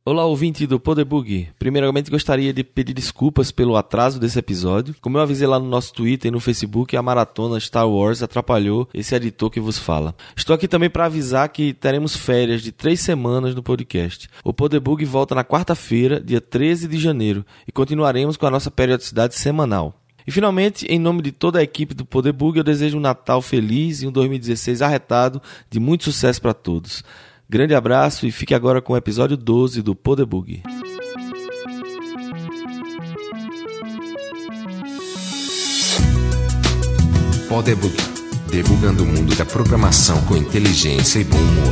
Olá, ouvinte do Podebug. Primeiramente, gostaria de pedir desculpas pelo atraso desse episódio. Como eu avisei lá no nosso Twitter e no Facebook, a maratona Star Wars atrapalhou esse editor que vos fala. Estou aqui também para avisar que teremos férias de 3 semanas no podcast. O Podebug volta na quarta-feira, dia 13 de janeiro, e continuaremos com a nossa periodicidade semanal. E finalmente, em nome de toda a equipe do Podebug, eu desejo um Natal feliz e um 2016 arretado de muito sucesso para todos. Grande abraço e fique agora com o episódio 12 do Podebug. Podebug, debugando o mundo da programação com inteligência e bom humor.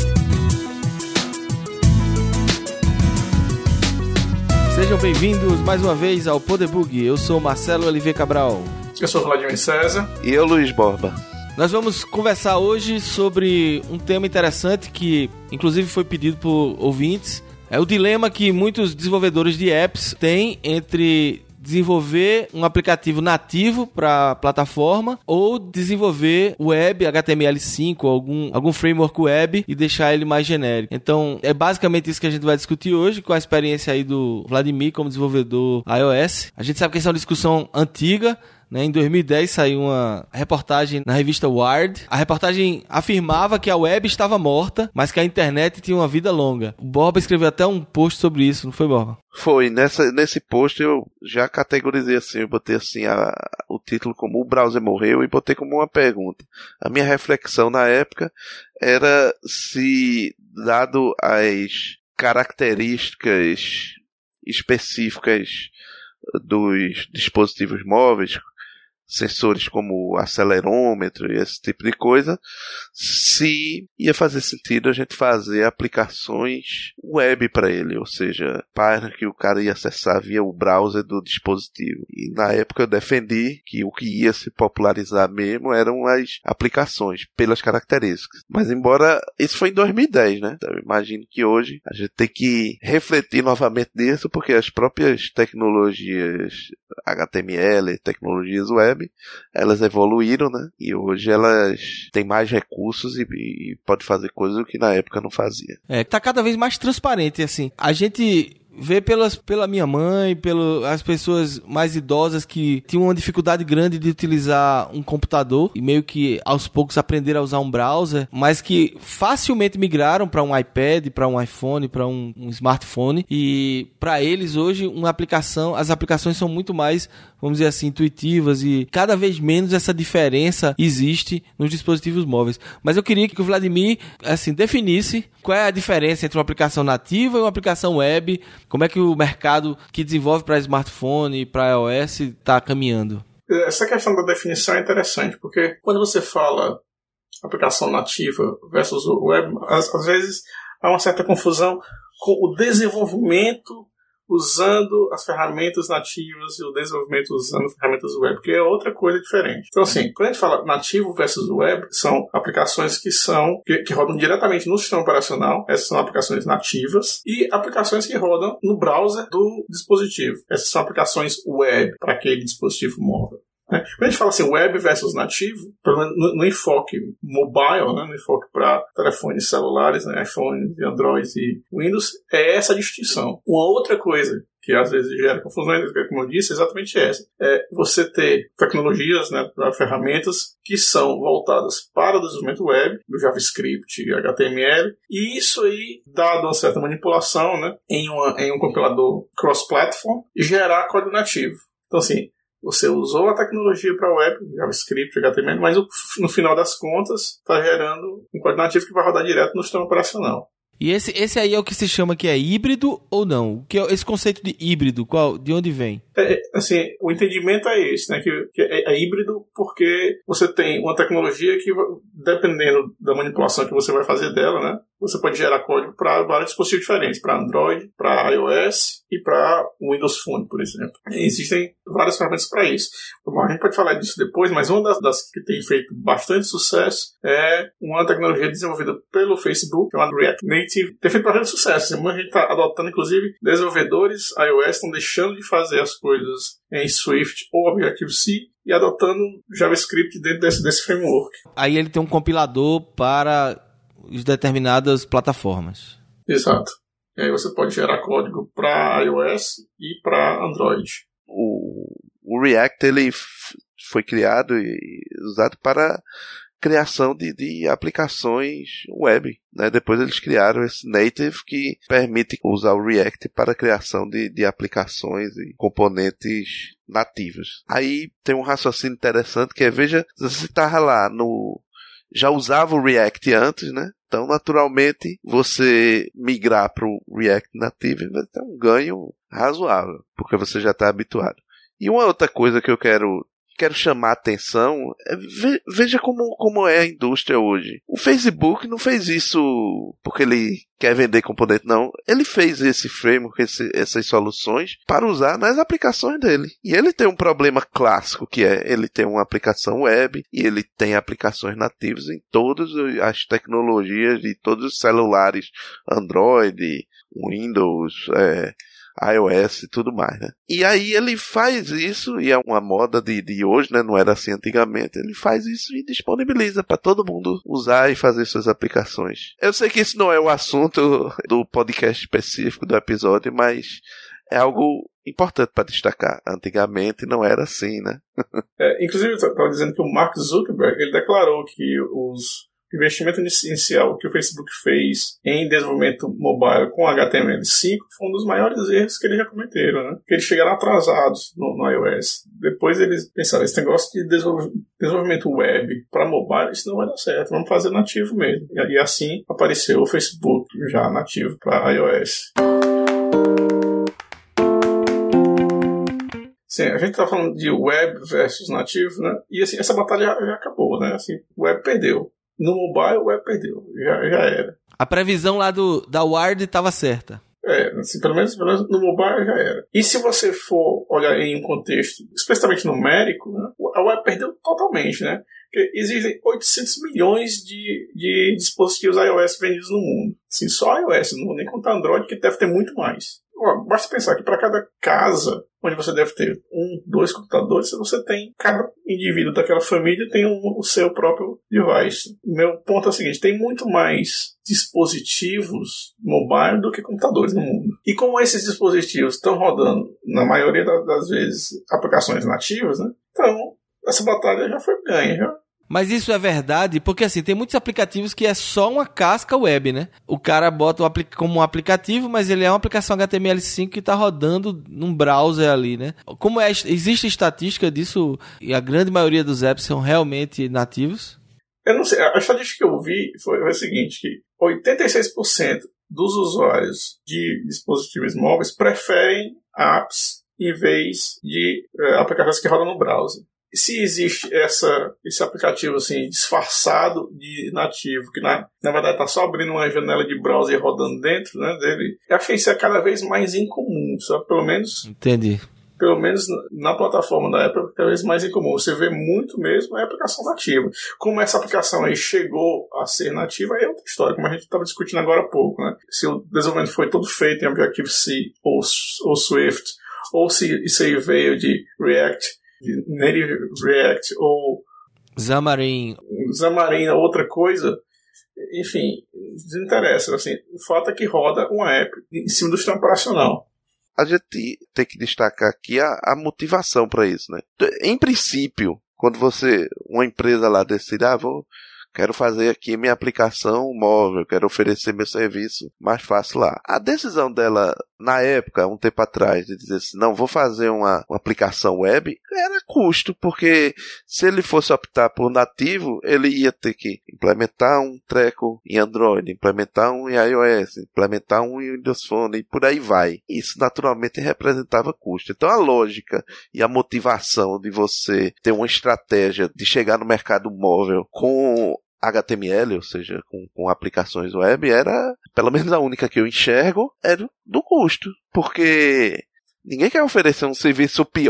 Sejam bem-vindos mais uma vez ao Podebug. Eu sou Marcelo Oliveira Cabral. Eu sou Vladimir César. E eu, Luiz Borba. Nós vamos conversar hoje sobre um tema interessante que, inclusive, foi pedido por ouvintes. É o dilema que muitos desenvolvedores de apps têm entre desenvolver um aplicativo nativo para a plataforma ou desenvolver web, HTML5, algum framework web e deixar ele mais genérico. Então, é basicamente isso que a gente vai discutir hoje com a experiência aí do Vladimir como desenvolvedor iOS. A gente sabe que essa é uma discussão antiga. Em 2010 saiu uma reportagem na revista Wired. A reportagem afirmava que a web estava morta, mas que a internet tinha uma vida longa. O Borba escreveu até um post sobre isso, não foi, Borba? Foi, nesse post eu já categorizei assim, eu botei assim o título como "O browser morreu" e botei como uma pergunta. A minha reflexão na época era se, dado as características específicas dos dispositivos móveis, sensores como acelerômetro e esse tipo de coisa, se ia fazer sentido a gente fazer aplicações web para ele, ou seja, página que o cara ia acessar via o browser do dispositivo. E na época eu defendi que o que ia se popularizar mesmo eram as aplicações, pelas características. Mas embora isso foi em 2010, né? Então eu imagino que hoje a gente tem que refletir novamente nisso, porque as próprias tecnologias HTML, tecnologias web, elas evoluíram, né? E hoje elas têm mais recursos e pode fazer coisas que na época não fazia. Tá cada vez mais transparente, assim. A gente vê pela minha mãe, pelas pessoas mais idosas que tinham uma dificuldade grande de utilizar um computador e meio que aos poucos aprenderam a usar um browser, mas que facilmente migraram para um iPad, para um iPhone, para um smartphone, e para eles hoje as aplicações são muito mais, vamos dizer assim, intuitivas, e cada vez menos essa diferença existe nos dispositivos móveis. Mas eu queria que o Vladimir assim, definisse qual é a diferença entre uma aplicação nativa e uma aplicação web. Como é que o mercado que desenvolve para smartphone e para iOS está caminhando? Essa questão da definição é interessante, porque quando você fala aplicação nativa versus web, às vezes há uma certa confusão com o desenvolvimento usando as ferramentas nativas e o desenvolvimento usando ferramentas web, que é outra coisa diferente. Então, assim, quando a gente fala nativo versus web, são aplicações que rodam diretamente no sistema operacional. Essas são aplicações nativas, e aplicações que rodam no browser do dispositivo. Essas são aplicações web para aquele dispositivo móvel. Quando a gente fala assim, web versus nativo, pelo menos no enfoque mobile, né, no enfoque para telefones celulares, né, iPhone, Android e Windows, é essa a distinção. Uma outra coisa que às vezes gera confusão, como eu disse, é exatamente essa. É você ter tecnologias, né, ferramentas que são voltadas para o desenvolvimento web, do JavaScript, HTML, e isso aí, dado uma certa manipulação, né, em um compilador cross-platform, gerar código nativo. Então, assim, você usou a tecnologia para web, JavaScript, HTML, mas no final das contas está gerando um código nativo que vai rodar direto no sistema operacional. E esse aí é o que se chama que é híbrido ou não? O que é esse conceito de híbrido? De onde vem? Assim, o entendimento é esse, né? Que é híbrido porque você tem uma tecnologia que, dependendo da manipulação que você vai fazer dela, né? Você pode gerar código para vários dispositivos diferentes, para Android, para iOS e para Windows Phone, por exemplo. E existem várias ferramentas para isso. Bom, a gente pode falar disso depois, mas uma das que tem feito bastante sucesso é uma tecnologia desenvolvida pelo Facebook, chamada React Native. Tem feito bastante sucesso. A gente está adotando, inclusive, desenvolvedores iOS estão deixando de fazer as coisas em Swift ou Objective-C e adotando JavaScript dentro desse framework. Aí ele tem um compilador para determinadas plataformas. Exato. E aí você pode gerar código para iOS e para Android. O React ele foi criado e usado para criação de aplicações web, né? Depois eles criaram esse native que permite usar o React para a criação de aplicações e componentes nativos. Aí tem um raciocínio interessante que é, veja, você estava lá já usava o React antes, né? Então, naturalmente, você migrar para o React nativo vai ter um ganho razoável, porque você já está habituado. E uma outra coisa que eu quero chamar a atenção é veja como é a indústria hoje. O Facebook não fez isso porque ele quer vender componente, não. Ele fez esse framework, essas soluções para usar nas aplicações dele. E ele tem um problema clássico, que é ele tem uma aplicação web e ele tem aplicações nativas em todas as tecnologias de todos os celulares, Android, Windows, iOS e tudo mais, né? E aí ele faz isso, e é uma moda de hoje, né? Não era assim antigamente. Ele faz isso e disponibiliza para todo mundo usar e fazer suas aplicações. Eu sei que isso não é o assunto do podcast específico do episódio, mas é algo importante para destacar. Antigamente não era assim, né? Inclusive, eu estava dizendo que o Mark Zuckerberg, ele declarou que o investimento inicial que o Facebook fez em desenvolvimento mobile com HTML5 foi um dos maiores erros que eles já cometeram, né? Porque eles chegaram atrasados no iOS. Depois eles pensaram, esse negócio de desenvolvimento web para mobile, isso não vai dar certo, vamos fazer nativo mesmo. E assim apareceu o Facebook já nativo para iOS. Sim, a gente está falando de web versus nativo, né? E assim, essa batalha já acabou, né? Assim, o web perdeu. No mobile, o web perdeu. Já era. A previsão lá da Wired estava certa. Assim, pelo menos no mobile já era. E se você for olhar em um contexto especialmente numérico, né, a web perdeu totalmente, né? Porque existem 800 milhões de dispositivos iOS vendidos no mundo. Assim, só iOS, não vou nem contar Android, que deve ter muito mais. Basta pensar que para cada casa onde você deve ter 1, 2 computadores, você tem, cada indivíduo daquela família tem o seu próprio device. Meu ponto é o seguinte, tem muito mais dispositivos mobile do que computadores no mundo. E como esses dispositivos estão rodando, na maioria das vezes, aplicações nativas, né? Então, essa batalha já foi ganha, já. Mas isso é verdade, porque assim, tem muitos aplicativos que é só uma casca web, né? O cara bota como um aplicativo, mas ele é uma aplicação HTML5 que está rodando num browser ali, né? Como existe estatística disso e a grande maioria dos apps são realmente nativos? Eu não sei, a estatística que eu vi foi o seguinte, que 86% dos usuários de dispositivos móveis preferem apps em vez de aplicações que rodam no browser. Se existe esse aplicativo assim, disfarçado de nativo, que na verdade está só abrindo uma janela de browser e rodando dentro, né, dele, eu acho que isso é cada vez mais incomum, só pelo menos... Entendi. Pelo menos na plataforma da Apple, cada vez mais incomum. Você vê muito mesmo a aplicação nativa. Como essa aplicação aí chegou a ser nativa, aí é outra história, como a gente estava discutindo agora há pouco, né? Se o desenvolvimento foi todo feito em Objective-C ou Swift, ou se isso aí veio de React, de Native React ou Xamarin, outra coisa, enfim, desinteressa. Assim, o fato é que roda uma app em cima do sistema operacional. A gente tem que destacar aqui a motivação para isso, né? Em princípio, quando uma empresa lá decide, quero fazer aqui minha aplicação móvel, quero oferecer meu serviço mais fácil lá. A decisão dela, na época, um tempo atrás, de dizer assim, não, vou fazer uma aplicação web, era custo, porque se ele fosse optar por nativo, ele ia ter que implementar um treco em Android, implementar um em iOS, implementar um em Windows Phone, e por aí vai. Isso, naturalmente, representava custo. Então, a lógica e a motivação de você ter uma estratégia de chegar no mercado móvel com HTML, ou seja, com aplicações web, era, pelo menos a única que eu enxergo, era do custo. Porque ninguém quer oferecer um serviço pior.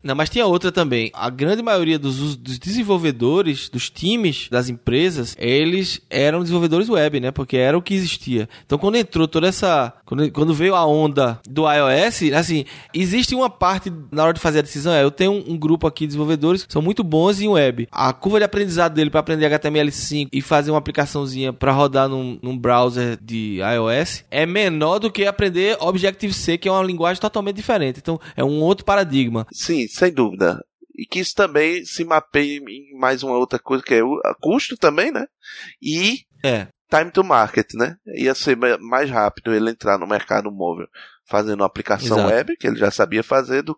Não, mas tinha outra também. A grande maioria dos desenvolvedores, dos times das empresas, eles eram desenvolvedores web, né? Porque era o que existia. Então, quando entrou toda essa... Quando veio a onda do iOS, assim, existe uma parte na hora de fazer a decisão. Eu tenho um grupo aqui de desenvolvedores que são muito bons em web. A curva de aprendizado dele para aprender HTML5 e fazer uma aplicaçãozinha para rodar num browser de iOS é menor do que aprender Objective-C, que é uma linguagem totalmente diferente. Então, é um outro paradigma. Sim, sem dúvida. E que isso também se mapeia em mais uma outra coisa, que é o custo também, né? E time to market, né? Ia ser mais rápido ele entrar no mercado móvel fazendo uma aplicação web, que ele já sabia fazer, do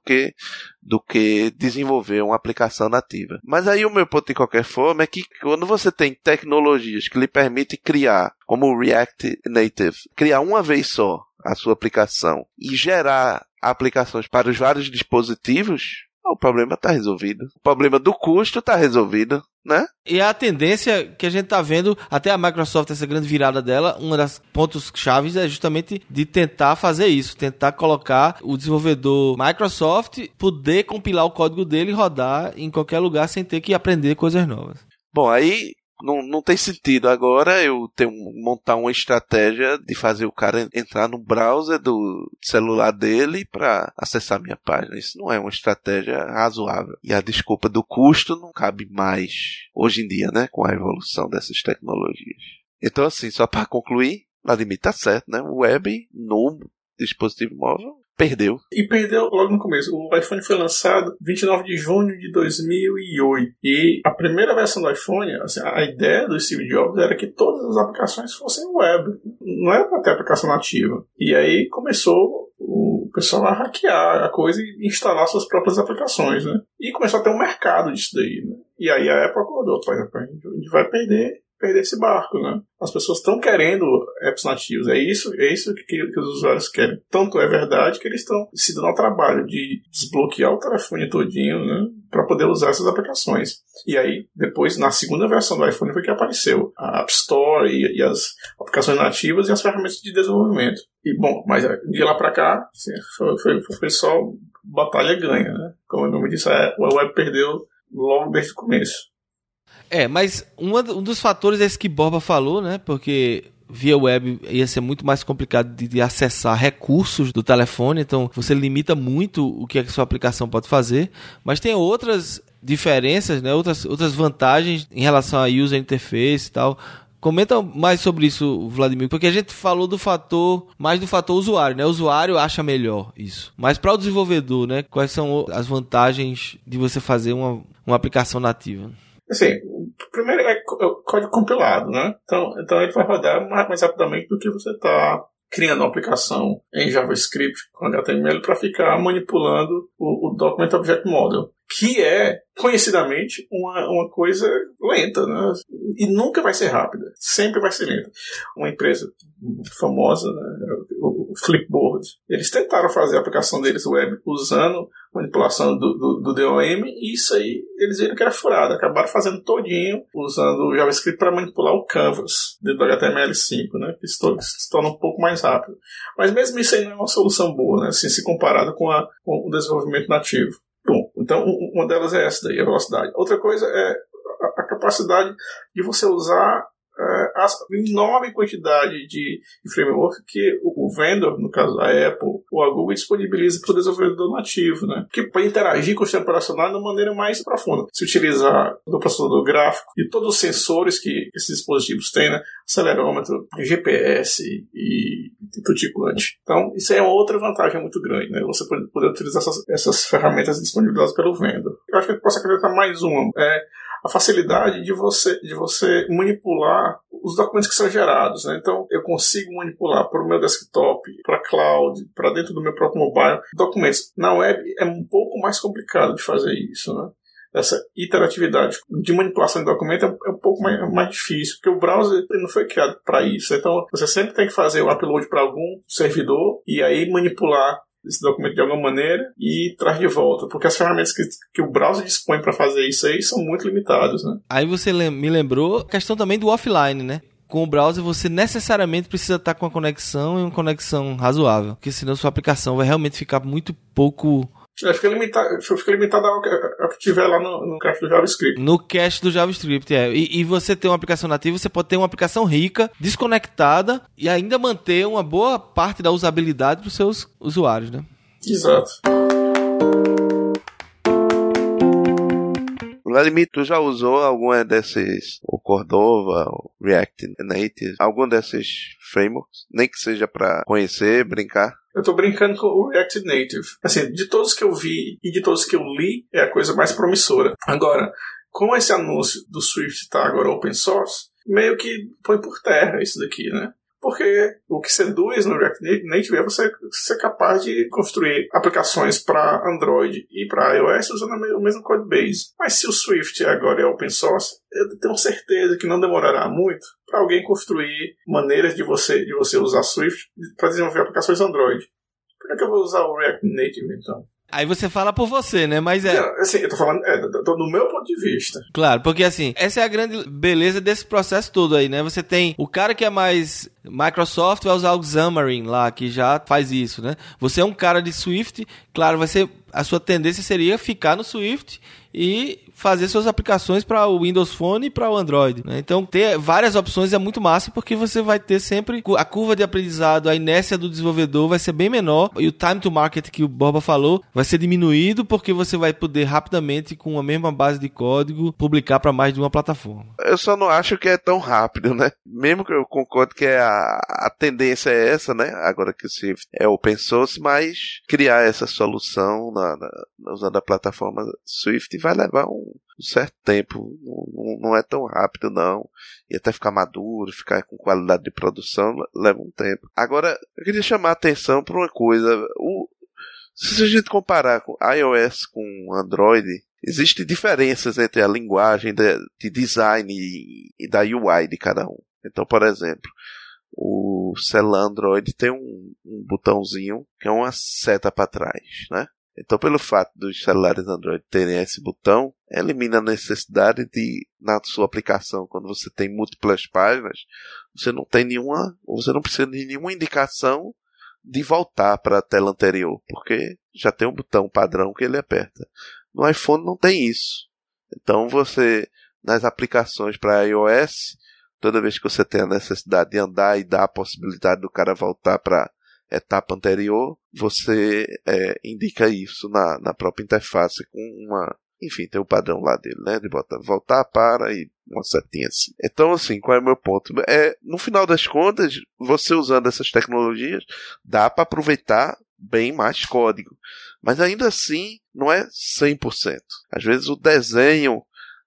que desenvolver uma aplicação nativa. Mas aí o meu ponto, de qualquer forma, é que quando você tem tecnologias que lhe permitem criar, como o React Native, criar uma vez só a sua aplicação e gerar aplicações para os vários dispositivos, o problema está resolvido. O problema do custo está resolvido, né? E a tendência que a gente está vendo, até a Microsoft, essa grande virada dela, um dos pontos chaves é justamente de tentar fazer isso, tentar colocar o desenvolvedor Microsoft poder compilar o código dele e rodar em qualquer lugar sem ter que aprender coisas novas. Bom, aí não tem sentido agora eu montar uma estratégia de fazer o cara entrar no browser do celular dele para acessar minha página. Isso não é uma estratégia razoável. E a desculpa do custo não cabe mais hoje em dia, né? Com a evolução dessas tecnologias. Então, assim, só para concluir, Vladimir tá certo, né? O web no dispositivo móvel perdeu. E perdeu logo no começo. O iPhone foi lançado 29 de junho de 2008. E a primeira versão do iPhone, assim, a ideia do Steve Jobs era que todas as aplicações fossem web. Não era para ter aplicação nativa. E aí começou o pessoal a hackear a coisa e instalar suas próprias aplicações, né? E começou a ter um mercado disso daí, né? E aí a Apple acordou, a gente vai perder esse barco, né? As pessoas estão querendo apps nativos. É isso que os usuários querem. Tanto é verdade que eles estão se dando ao trabalho de desbloquear o telefone todinho, né? Para poder usar essas aplicações. E aí, depois, na segunda versão do iPhone foi que apareceu a App Store e as aplicações nativas e as ferramentas de desenvolvimento. E, bom, mas de lá para cá, assim, foi só batalha ganha, né? Como o nome disse, a web perdeu logo desde o começo. Mas um dos fatores é esse que Borba falou, né? Porque via web ia ser muito mais complicado de acessar recursos do telefone, então você limita muito o que a sua aplicação pode fazer, mas tem outras diferenças, né? Outras vantagens em relação a user interface e tal. Comenta mais sobre isso, Vladimir, porque a gente falou mais do fator usuário, né? O usuário acha melhor isso. Mas para o desenvolvedor, né? Quais são as vantagens de você fazer uma aplicação nativa? Assim, primeiro é código compilado, né? Então ele vai rodar mais rapidamente do que você está criando uma aplicação em JavaScript com HTML para ficar manipulando o Document Object Model, que é, conhecidamente, uma coisa lenta, né? E nunca vai ser rápida, sempre vai ser lenta. Uma empresa famosa, né? O Flipboard, eles tentaram fazer a aplicação deles web usando manipulação do DOM, e isso aí eles viram que era furado, acabaram fazendo todinho usando o JavaScript para manipular o Canvas dentro do HTML5, né? Que se torna um pouco mais rápido. Mas mesmo isso aí não é uma solução boa, né? Assim, se comparado com o desenvolvimento nativo. Bom, então uma delas é essa daí, a velocidade. Outra coisa é a capacidade de você usar a enorme quantidade de framework que o vendor, no caso a Apple ou a Google, disponibiliza para o desenvolvedor nativo, né? Que para interagir com o sistema operacional de uma maneira mais profunda. Se utilizar do processador gráfico e todos os sensores que esses dispositivos têm, né? Acelerômetro, GPS e tuticante. Então, isso é outra vantagem muito grande, né? Você poder utilizar essas ferramentas disponibilizadas pelo vendor. Eu acho que eu posso acrescentar mais uma. A facilidade de você manipular os documentos que são gerados, né? Então, eu consigo manipular para o meu desktop, para cloud, para dentro do meu próprio mobile, documentos. Na web é um pouco mais complicado de fazer isso, né? Essa iteratividade de manipulação de documento é um pouco mais difícil, porque o browser não foi criado para isso. Então, você sempre tem que fazer o upload para algum servidor e aí manipular esse documento de alguma maneira e traz de volta, porque as ferramentas que o browser dispõe para fazer isso aí são muito limitadas, né? Aí você me lembrou a questão também do offline, né? Com o browser você necessariamente precisa estar com uma conexão e uma conexão razoável, porque senão sua aplicação vai realmente ficar muito pouco Fica limitado ao que tiver lá no cache do JavaScript. No cache do JavaScript, E você tem uma aplicação nativa, você pode ter uma aplicação rica, desconectada, e ainda manter uma boa parte da usabilidade para os seus usuários, né? Exato. Vladimir, tu já usou alguma desses, o Cordova, o React Native, algum desses frameworks? Nem que seja para conhecer, brincar? Eu tô brincando com o React Native. Assim, de todos que eu vi e de todos que eu li, é a coisa mais promissora. Agora, com esse anúncio do Swift tá agora open source, meio que põe por terra isso daqui, né? Porque o que seduz no React Native é você ser capaz de construir aplicações para Android e para iOS usando o mesmo codebase. Mas se o Swift agora é open source, eu tenho certeza que não demorará muito para alguém construir maneiras de você usar Swift para desenvolver aplicações Android. Por que eu vou usar o React Native, então? Aí você fala por você, né? Mas Assim, eu tô falando do meu ponto de vista. Claro, porque assim, essa é a grande beleza desse processo todo aí, né? Você tem o cara que é mais Microsoft, vai usar o Xamarin lá, que já faz isso, né? Você é um cara de Swift, claro, a sua tendência seria ficar no Swift e fazer suas aplicações para o Windows Phone e para o Android, né? Então, ter várias opções é muito massa, porque você vai ter sempre a curva de aprendizado, a inércia do desenvolvedor vai ser bem menor, e o time to market que o Borba falou vai ser diminuído, porque você vai poder rapidamente, com a mesma base de código, publicar para mais de uma plataforma. Eu só não acho que é tão rápido, né? Mesmo que eu concorde que a tendência é essa, né? Agora que o Swift é open source, mas criar essa solução usando a plataforma Swift vai levar um certo tempo, não é tão rápido não, e até ficar maduro, ficar com qualidade de produção leva um tempo. Agora, eu queria chamar a atenção para uma coisa, se a gente comparar com iOS com Android, existem diferenças entre a linguagem de design e da UI de cada um. Então, por exemplo, o celular Android tem um botãozinho que é uma seta para trás, né? Então, pelo fato dos celulares Android terem esse botão, elimina a necessidade de, na sua aplicação, quando você tem múltiplas páginas, você não precisa de nenhuma indicação de voltar para a tela anterior, porque já tem um botão padrão que ele aperta. No iPhone não tem isso. Então, nas aplicações para iOS, toda vez que você tem a necessidade de andar e dar a possibilidade do cara voltar para etapa anterior, você indica isso na própria interface com enfim, tem o padrão lá dele, né? De voltar para e uma setinha assim. Então, assim, qual é o meu ponto? No final das contas, você usando essas tecnologias, dá para aproveitar bem mais código. Mas ainda assim, não é 100%. Às vezes o desenho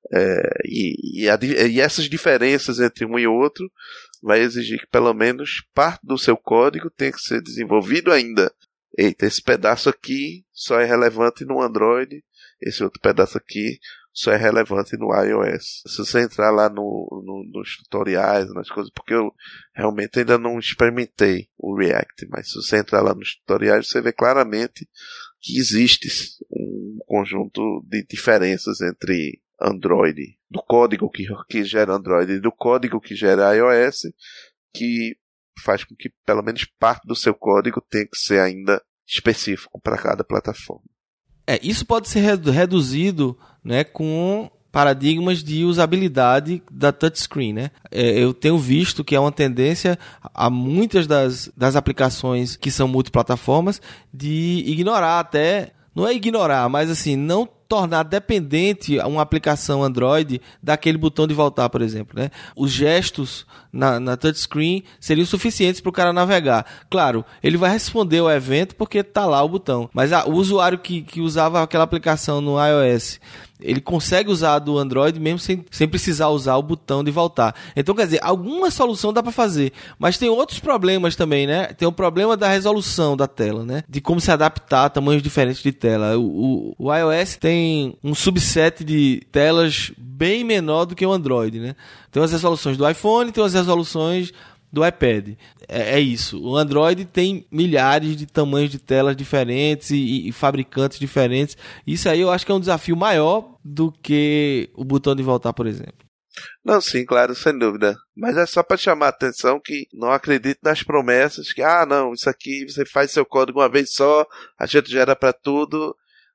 e essas diferenças entre um e outro vai exigir que pelo menos parte do seu código tenha que ser desenvolvido ainda. Eita, esse pedaço aqui só é relevante no Android, esse outro pedaço aqui só é relevante no iOS. Se você entrar lá nos tutoriais, nas coisas, porque eu realmente ainda não experimentei o React, mas se você entrar lá nos tutoriais, você vê claramente que existe um conjunto de diferenças entre Android, do código que gera Android e do código que gera iOS, que faz com que pelo menos parte do seu código tenha que ser ainda específico para cada plataforma. Isso pode ser reduzido, né, com paradigmas de usabilidade da touchscreen, né? Eu tenho visto que é uma tendência a muitas das aplicações que são multiplataformas de ignorar até, não é ignorar, mas assim, não tornar dependente uma aplicação Android daquele botão de voltar, por exemplo, né? Os gestos na touchscreen seriam suficientes para o cara navegar. Claro, ele vai responder ao evento porque está lá o botão, mas o usuário que usava aquela aplicação no iOS, ele consegue usar do Android mesmo sem precisar usar o botão de voltar. Então, quer dizer, alguma solução dá para fazer, mas tem outros problemas também, né? Tem o problema da resolução da tela, né? De como se adaptar a tamanhos diferentes de tela. O iOS tem um subset de telas bem menor do que o Android, né? Tem as resoluções do iPhone, tem as resoluções do iPad. É isso. O Android tem milhares de tamanhos de telas diferentes e fabricantes diferentes. Isso aí eu acho que é um desafio maior do que o botão de voltar, por exemplo. Não, sim, claro, sem dúvida. Mas é só para chamar a atenção que não acredito nas promessas que, não, isso aqui você faz seu código uma vez só, a gente gera para tudo.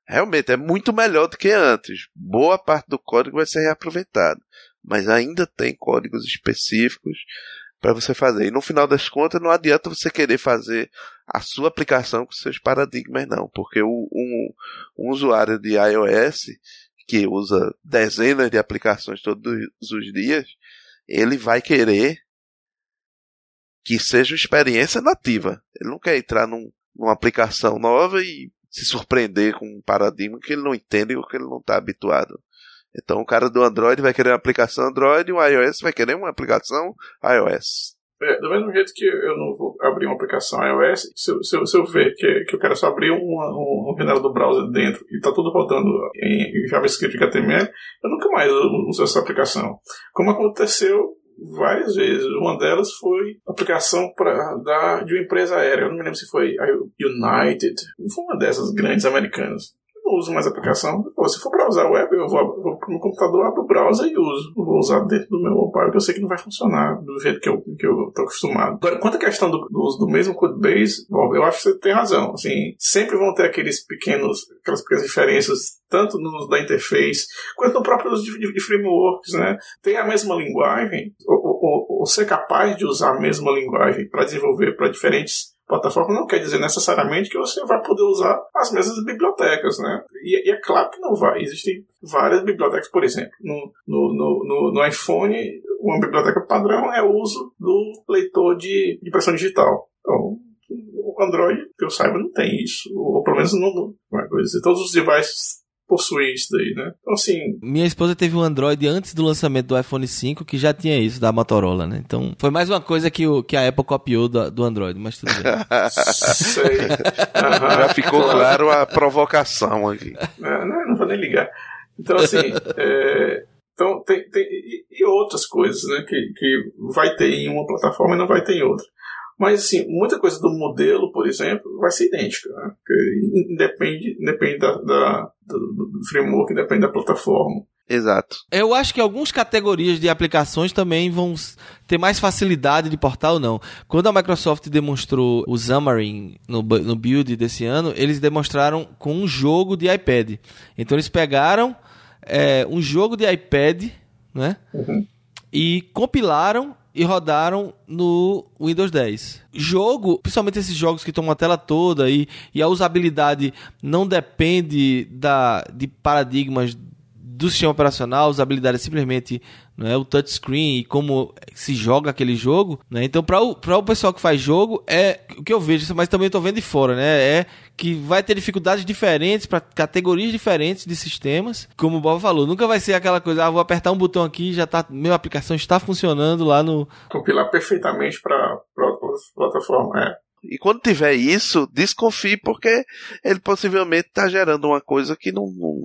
realmente é muito melhor do que antes. Boa parte do código vai ser reaproveitado, mas ainda tem códigos específicos para você fazer. E no final das contas, não adianta você querer fazer a sua aplicação com seus paradigmas, não. Porque um usuário de iOS, que usa dezenas de aplicações todos os dias, ele vai querer que seja uma experiência nativa. Ele não quer entrar numa aplicação nova e se surpreender com um paradigma que ele não entende ou que ele não está habituado. Então o cara do Android vai querer uma aplicação Android e o iOS vai querer uma aplicação iOS. Do mesmo jeito que eu não vou abrir uma aplicação iOS, se eu ver que eu quero só abrir uma janela do browser dentro e está tudo rodando em JavaScript e HTML, eu nunca mais uso essa aplicação. Como aconteceu várias vezes. Uma delas foi a aplicação de uma empresa aérea. Eu não me lembro se foi a United. Foi uma dessas grandes americanas. Eu não uso mais a aplicação. Se for para usar a web, eu vou pro meu computador, abro o browser e uso. Não vou usar dentro do meu mobile, porque eu sei que não vai funcionar do jeito que eu tô acostumado. Agora, quanto à questão do uso do mesmo codebase, Bob, eu acho que você tem razão. Assim, sempre vão ter aquelas pequenas diferenças, tanto no uso da interface, quanto no próprio uso de frameworks, né? Tem a mesma linguagem, ou ser capaz de usar a mesma linguagem para desenvolver para diferentes plataformas não quer dizer necessariamente que você vai poder usar as mesmas bibliotecas, né? E é claro que não vai. Existem várias bibliotecas, por exemplo, no iPhone, uma biblioteca padrão é o uso do leitor de impressão digital. Então, o Android, que eu saiba, não tem isso. Ou pelo menos não é coisa. Todos os devices possuem isso daí, né? Então, assim... Minha esposa teve um Android antes do lançamento do iPhone 5 que já tinha isso, da Motorola, né? Então, foi mais uma coisa que a Apple copiou do Android, mas tudo bem. Sei. Já ficou claro a provocação aqui. Não vou nem ligar. Então, assim... Então, tem e outras coisas, né? Que vai ter em uma plataforma e não vai ter em outra. Mas, assim, muita coisa do modelo, por exemplo, vai ser idêntica, né? Porque depende do framework, depende da plataforma. Exato. Eu acho que algumas categorias de aplicações também vão ter mais facilidade de portar ou não. Quando a Microsoft demonstrou o Xamarin no Build desse ano, eles demonstraram com um jogo de iPad. Então, eles pegaram um jogo de iPad, né? Uhum. E compilaram e rodaram no Windows 10. Jogo, principalmente esses jogos que tomam a tela toda e a usabilidade não depende de paradigmas do sistema operacional, a usabilidade é simplesmente, né, o touchscreen e como se joga aquele jogo, né? Então, para o pessoal que faz jogo, é o que eu vejo, mas também estou vendo de fora, né? É que vai ter dificuldades diferentes para categorias diferentes de sistemas. Como o Bob falou, nunca vai ser aquela coisa, vou apertar um botão aqui e já tá, minha aplicação está funcionando lá no... Compilar perfeitamente para plataforma, E quando tiver isso, desconfie, porque ele possivelmente está gerando uma coisa que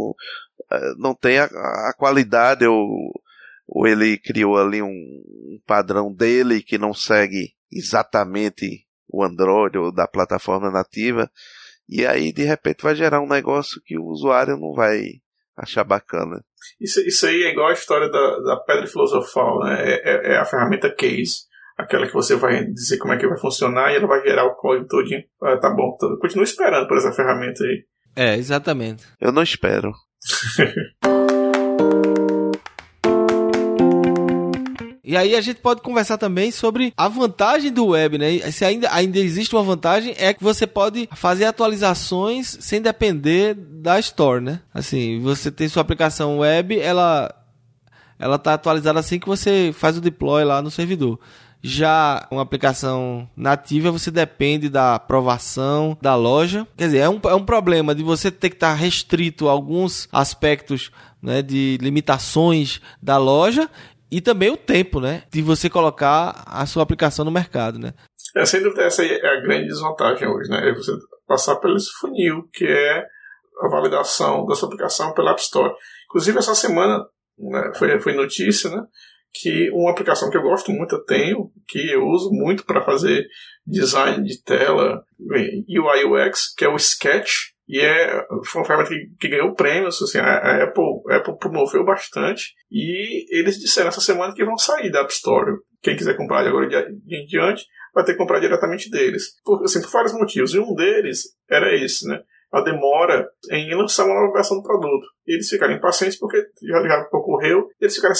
não tem a qualidade, ou ele criou ali um padrão dele que não segue exatamente o Android ou da plataforma nativa, e aí de repente vai gerar um negócio que o usuário não vai achar bacana. Isso aí é igual a história da pedra filosofal, né? É a ferramenta Case. Aquela que você vai dizer como é que vai funcionar e ela vai gerar o código todinho. Tá bom, continua esperando por essa ferramenta aí. Exatamente. Eu não espero. E aí a gente pode conversar também sobre a vantagem do web, né? Se ainda existe uma vantagem, é que você pode fazer atualizações sem depender da Store, né? Assim, você tem sua aplicação web, ela tá atualizada assim que você faz o deploy lá no servidor. Já uma aplicação nativa, você depende da aprovação da loja. Quer dizer, é um problema de você ter que estar restrito a alguns aspectos, né, de limitações da loja e também o tempo, né, de você colocar a sua aplicação no mercado, né? Sem dúvida, essa aí é a grande desvantagem hoje, né? É você passar pelo esse funil, que é a validação da sua aplicação pela App Store. Inclusive, essa semana, né, foi notícia, né? Que uma aplicação que eu gosto muito, que eu uso muito para fazer design de tela, UI UX, que é o Sketch, e foi uma ferramenta que ganhou prêmios, assim, a Apple promoveu bastante, e eles disseram essa semana que vão sair da App Store. Quem quiser comprar de agora em diante vai ter que comprar diretamente deles, por vários motivos, e um deles era esse, né? a demora em lançar uma nova versão do produto. E eles ficaram impacientes porque já ocorreu, eles ficaram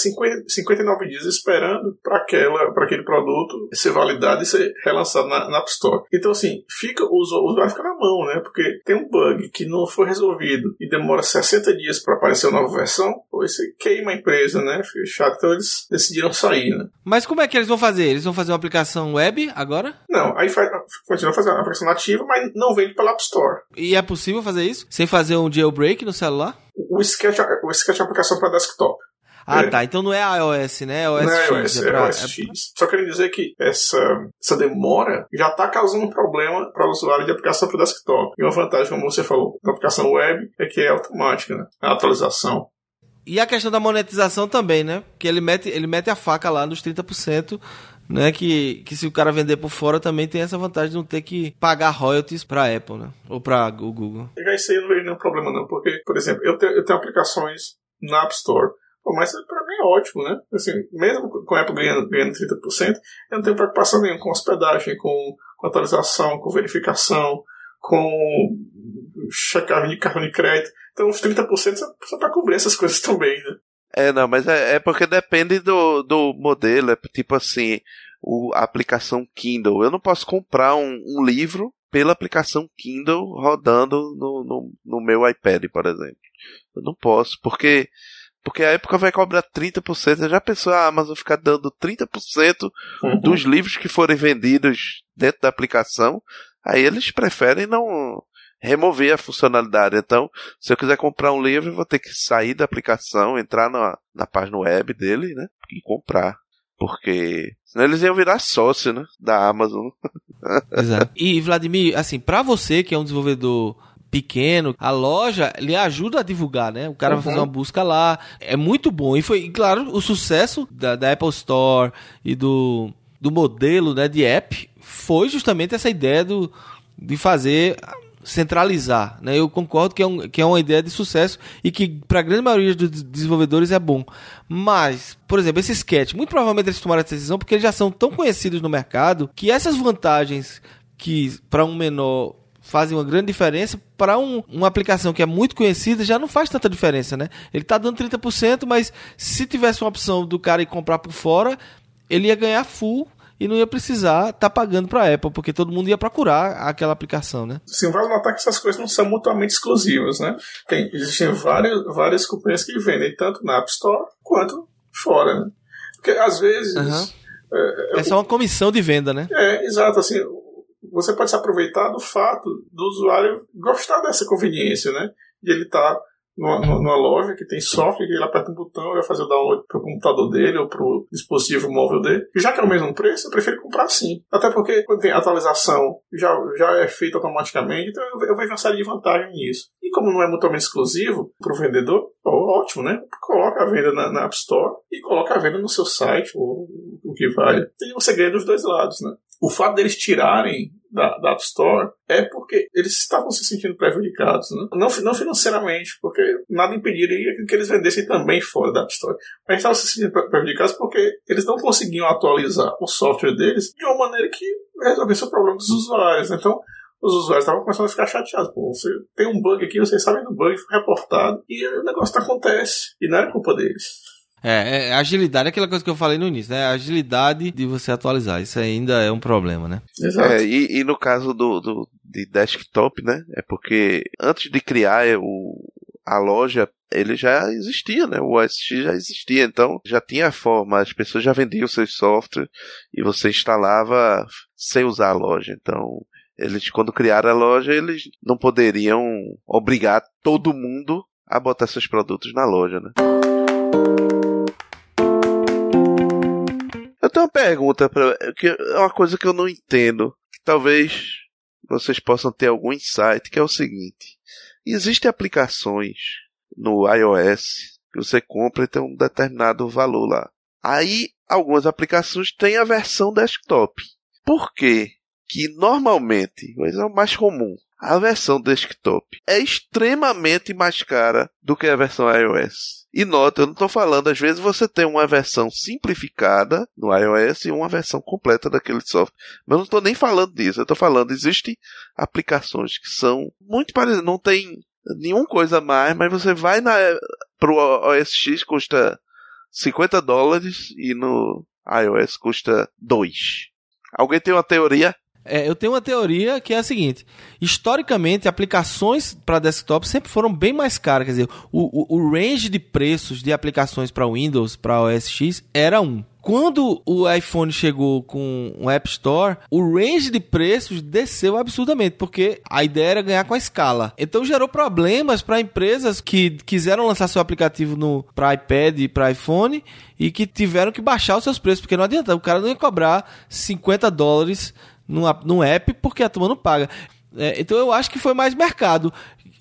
59 dias esperando para aquele produto ser validado e ser relançado na App Store. Então, assim, o usuário fica na mão, né? Porque tem um bug que não foi resolvido e demora 60 dias para aparecer uma nova versão, ou isso queima a empresa, né? Fica chato, então eles decidiram sair, né? Mas como é que eles vão fazer? Eles vão fazer uma aplicação web agora? Não, aí continua fazendo a aplicação nativa, mas não vende pela App Store. E é possível fazer isso? Sem fazer um jailbreak no celular? O Sketch é uma aplicação para desktop. Tá. Então não é iOS, né? É OS não é X. iOS, é OS X. Só querendo dizer que essa demora já está causando um problema para o usuário de aplicação para desktop. E uma vantagem, como você falou, da aplicação web é que é automática, né? A atualização. E a questão da monetização também, né? Que ele mete a faca lá nos 30%, né? Que se o cara vender por fora também tem essa vantagem de não ter que pagar royalties pra Apple, né? Ou pra o Google. Já isso aí eu não vejo nenhum problema não, porque, por exemplo, eu tenho aplicações na App Store. Pô, mas pra mim é ótimo, né? Assim, mesmo com a Apple ganhando 30%, eu não tenho preocupação nenhuma com hospedagem, com atualização, com verificação, com checagem de cartão de crédito. Então os 30% só pra cobrir essas coisas também, né? Não, mas é porque depende do modelo. É tipo assim, a aplicação Kindle. Eu não posso comprar um livro pela aplicação Kindle rodando no meu iPad, por exemplo. Eu não posso, porque a Apple vai cobrar 30%. Já pensou a Amazon ficar dando 30% dos livros que forem vendidos dentro da aplicação? Aí eles preferem não remover a funcionalidade. Então, se eu quiser comprar um livro, eu vou ter que sair da aplicação, entrar na página web dele, né? E comprar. Porque senão eles iam virar sócio, né? Da Amazon. Exato. E, Vladimir, assim, pra você que é um desenvolvedor pequeno, a loja lhe ajuda a divulgar, né? O cara vai fazer uma busca lá. É muito bom. E foi, claro, o sucesso da Apple Store e do modelo, né, de app foi justamente essa ideia de fazer centralizar, né? Eu concordo que é uma ideia de sucesso e que para a grande maioria dos desenvolvedores é bom. Mas, por exemplo, esse Sketch, muito provavelmente eles tomaram essa decisão porque eles já são tão conhecidos no mercado que essas vantagens que para um menor fazem uma grande diferença, para uma aplicação que é muito conhecida já não faz tanta diferença, né? Ele está dando 30%, mas se tivesse uma opção do cara ir comprar por fora, ele ia ganhar full e não ia precisar estar pagando para a Apple, porque todo mundo ia procurar aquela aplicação, né? Sim, vale notar que essas coisas não são mutuamente exclusivas, né? Existem várias companhias que vendem tanto na App Store quanto fora, né? Porque às vezes... É só uma comissão de venda, né? Exato, assim... Você pode se aproveitar do fato do usuário gostar dessa conveniência, né? De ele estar numa loja que tem software, que ele aperta um botão e vai fazer o download para o computador dele ou para o dispositivo móvel dele. E já que é o mesmo preço, eu prefiro comprar assim. Até porque quando tem atualização já é feita automaticamente, então eu vejo uma série de vantagens nisso. E como não é mutuamente exclusivo para o vendedor, ótimo, né? Coloca a venda na App Store e coloca a venda no seu site, ou o que vale. E você ganha dos dois lados, né? O fato deles tirarem da App Store é porque eles estavam se sentindo prejudicados, né? Não financeiramente, porque nada impediria que eles vendessem também fora da App Store. Mas estavam se sentindo prejudicados porque eles não conseguiam atualizar o software deles de uma maneira que resolvesse o problema dos usuários. Então, os usuários estavam começando a ficar chateados. Pô, você tem um bug aqui, vocês sabem do bug, foi reportado, e o negócio acontece. E não era culpa deles. Agilidade é aquela coisa que eu falei no início, né? A agilidade de você atualizar. Isso ainda é um problema, né? Exato. E no caso de desktop, né? É porque antes de criar a loja, ele já existia, né? O OS X já existia, então já tinha a forma, as pessoas já vendiam seus software e você instalava sem usar a loja. Então, eles, quando criaram a loja, eles não poderiam obrigar todo mundo a botar seus produtos na loja, né? Eu tenho uma pergunta, que é uma coisa que eu não entendo, que talvez vocês possam ter algum insight, que é o seguinte: existem aplicações no iOS que você compra e tem um determinado valor lá. Aí, algumas aplicações têm a versão desktop. Por quê? Que normalmente, coisa mais comum, a versão desktop é extremamente mais cara do que a versão iOS. E nota, eu não estou falando, às vezes você tem uma versão simplificada no iOS e uma versão completa daquele software. Mas eu não estou nem falando disso, eu estou falando, existem aplicações que são muito parecidas, não tem nenhuma coisa a mais, mas você vai pro OS X custa $50 e no iOS custa 2. Alguém tem uma teoria? Eu tenho uma teoria que é a seguinte: historicamente, aplicações para desktop sempre foram bem mais caras. Quer dizer, o range de preços de aplicações para Windows, para OS X, era 1. Quando o iPhone chegou com o App Store, o range de preços desceu absurdamente, porque a ideia era ganhar com a escala. Então gerou problemas para empresas que quiseram lançar seu aplicativo para iPad e para iPhone e que tiveram que baixar os seus preços, porque não adianta, o cara não ia cobrar $50 no app porque a turma não paga. Então eu acho que foi mais mercado.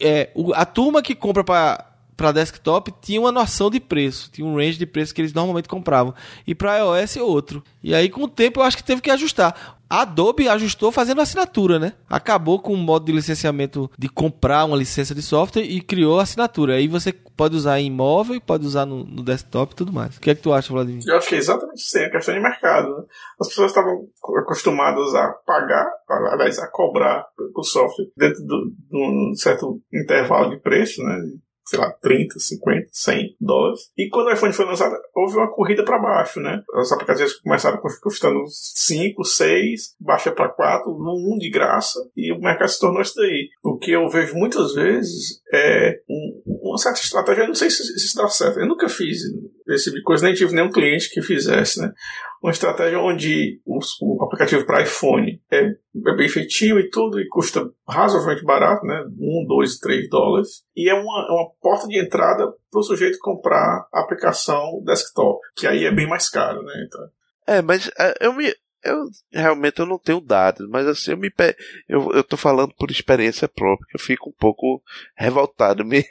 A turma que compra para desktop tinha uma noção de preço, tinha um range de preço que eles normalmente compravam. E para iOS outro. E aí com o tempo eu acho que teve que ajustar. A Adobe ajustou fazendo assinatura, né? Acabou com o modo de licenciamento de comprar uma licença de software e criou a assinatura. Aí você pode usar em móvel, pode usar no desktop e tudo mais. O que é que tu acha, Vladimir? Eu acho que é exatamente isso aí, a questão de mercado, né? As pessoas estavam acostumadas a pagar, aliás, a cobrar o software dentro de um certo intervalo de preço, né? Sei lá, 30, 50, $100. E quando o iPhone foi lançado, houve uma corrida para baixo, né? Os aplicativos começaram custando 5, 6, baixa para 4, 1 de graça, e o mercado se tornou isso daí. O que eu vejo muitas vezes é uma certa estratégia, eu não sei se isso dá certo, eu nunca fiz esse tipo de coisa, nem tive nenhum cliente que fizesse, né? Uma estratégia onde o aplicativo para iPhone é bem feitinho e tudo, e custa razoavelmente barato, né? $1, $2, $3. E é uma porta de entrada para o sujeito comprar a aplicação desktop, que aí é bem mais caro, né? Então... mas eu realmente não tenho dados, mas assim, eu tô falando por experiência própria, que eu fico um pouco revoltado mesmo.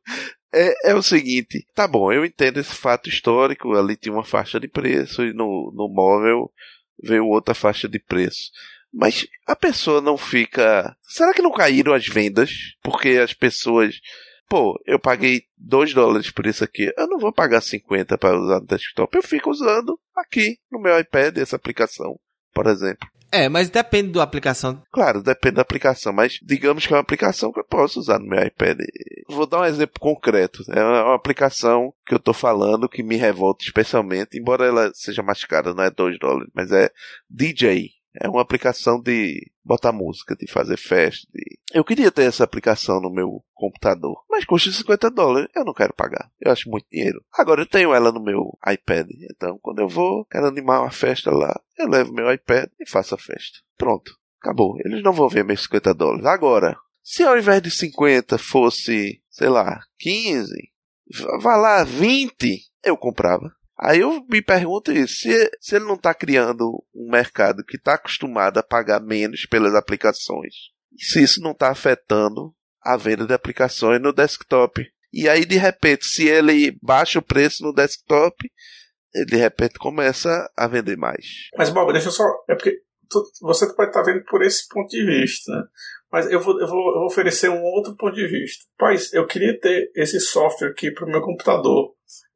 É o seguinte, tá bom, eu entendo esse fato histórico, ali tinha uma faixa de preço e no móvel veio outra faixa de preço. Mas a pessoa não fica... Será que não caíram as vendas? Porque as pessoas... Pô, eu paguei $2 por isso aqui, eu não vou pagar 50 para usar no desktop, eu fico usando aqui no meu iPad essa aplicação, por exemplo. Mas depende da aplicação. Claro, depende da aplicação, mas digamos que é uma aplicação que eu posso usar no meu iPad. Vou dar um exemplo concreto. É uma aplicação que eu tô falando que me revolta especialmente, embora ela seja mais cara, não é $2, mas é DJ. É uma aplicação de botar música, de fazer festa. Eu queria ter essa aplicação no meu computador, mas custa $50. Eu não quero pagar. Eu acho muito dinheiro. Agora eu tenho ela no meu iPad. Então, quando eu quero animar uma festa lá, eu levo meu iPad e faço a festa. Pronto. Acabou. Eles não vão ver meus $50. Agora, se ao invés de 50 fosse, sei lá, 15, vá lá, 20, eu comprava. Aí eu me pergunto isso, se ele não está criando um mercado que está acostumado a pagar menos pelas aplicações, se isso não está afetando a venda de aplicações no desktop. E aí, de repente, se ele baixa o preço no desktop, ele de repente começa a vender mais. Mas, Bob, deixa eu só... É porque você pode estar vendo por esse ponto de vista, né? Mas eu vou oferecer um outro ponto de vista. Pois, eu queria ter esse software aqui para o meu computador,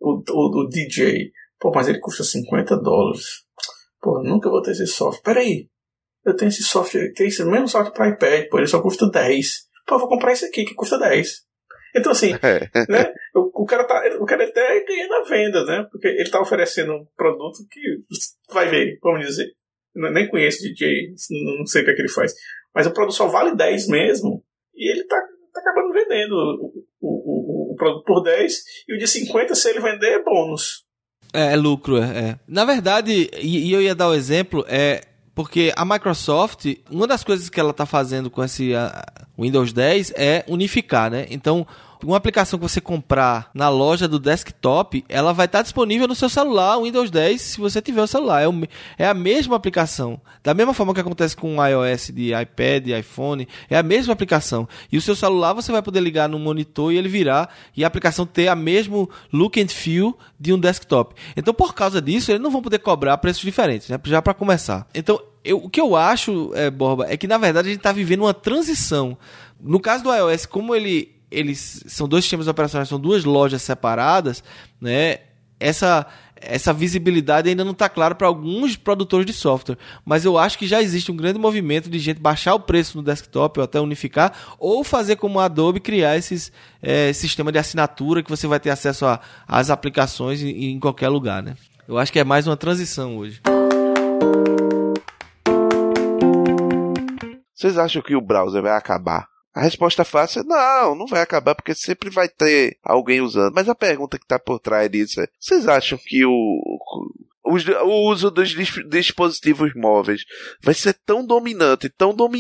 o DJ. Pô, mas ele custa $50. Pô, nunca vou ter esse software. Peraí, eu tenho esse software, tem esse mesmo software para iPad, pô, ele só custa 10. Pô, eu vou comprar esse aqui que custa 10. Então, assim, né, o cara até ganha na venda, né? Porque ele tá oferecendo um produto que vai ver, vamos dizer. Eu nem conheço o DJ, não sei o que é que ele faz. Mas o produto só vale 10 mesmo. E ele tá acabando vendendo o produto por 10. E o de 50, se ele vender, é bônus. É lucro, Na verdade, e eu ia dar o exemplo, porque a Microsoft, uma das coisas que ela está fazendo com esse Windows 10 é unificar, né? Então, uma aplicação que você comprar na loja do desktop, ela vai estar disponível no seu celular, o Windows 10, se você tiver o celular. É a mesma aplicação. Da mesma forma que acontece com o iOS de iPad, iPhone, é a mesma aplicação. E o seu celular você vai poder ligar no monitor e ele virar, e a aplicação ter a mesmo look and feel de um desktop. Então, por causa disso, eles não vão poder cobrar preços diferentes, né? Já para começar. Então, o que eu acho, Borba, é que na verdade a gente está vivendo uma transição. No caso do iOS, como ele eles são 2 sistemas operacionais, são 2 lojas separadas, né? Essa visibilidade ainda não está clara para alguns produtores de software, mas eu acho que já existe um grande movimento de gente baixar o preço no desktop ou até unificar, ou fazer como a Adobe, criar esses sistema de assinatura que você vai ter acesso às aplicações em qualquer lugar, né? Eu acho que é mais uma transição hoje. Vocês acham que o browser vai acabar? A resposta fácil é não vai acabar, porque sempre vai ter alguém usando. Mas a pergunta que está por trás disso é: vocês acham que o uso dos dispositivos móveis vai ser tão dominante,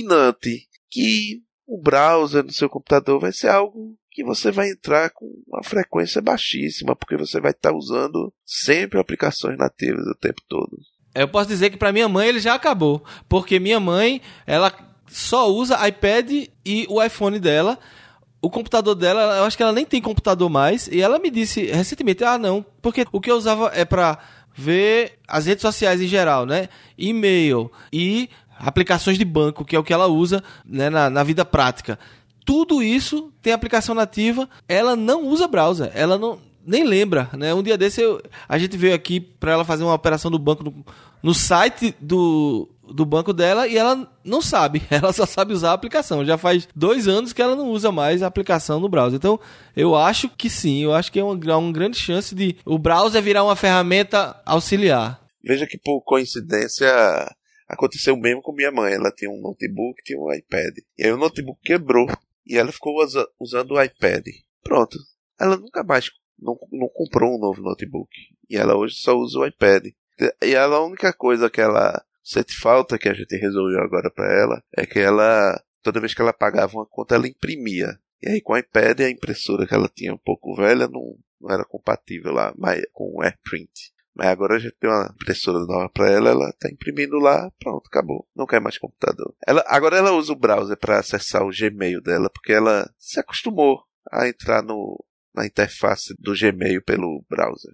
que o browser no seu computador vai ser algo que você vai entrar com uma frequência baixíssima, porque você vai estar usando sempre aplicações nativas o tempo todo? Eu posso dizer que para minha mãe ele já acabou, porque minha mãe, ela só usa iPad e o iPhone dela. O computador dela, eu acho que ela nem tem computador mais. E ela me disse recentemente, não, porque o que eu usava é para ver as redes sociais em geral, né? E-mail e aplicações de banco, que é o que ela usa, né, na vida prática. Tudo isso tem aplicação nativa, ela não usa browser, ela nem lembra, né? Um dia desse a gente veio aqui para ela fazer uma operação do banco no site do banco dela e ela não sabe, ela só sabe usar a aplicação. Já faz 2 anos que ela não usa mais a aplicação no browser. Então, eu acho que sim, eu acho que é uma grande chance de o browser virar uma ferramenta auxiliar. Veja que, por coincidência, aconteceu o mesmo com minha mãe. Ela tinha um notebook, tinha um iPad. E aí o notebook quebrou e ela ficou usando o iPad. Pronto. Ela nunca mais não comprou um novo notebook. E ela hoje só usa o iPad. E ela, a única coisa que ela sente falta, que a gente resolveu agora pra ela, é que ela, toda vez que ela pagava uma conta, ela imprimia. E aí com o iPad, a impressora que ela tinha um pouco velha não era compatível lá com o AirPrint. Mas agora a gente tem uma impressora nova pra ela tá imprimindo lá, pronto, acabou. Não quer mais computador. Agora ela usa o browser para acessar o Gmail dela, porque ela se acostumou a entrar na interface do Gmail pelo browser.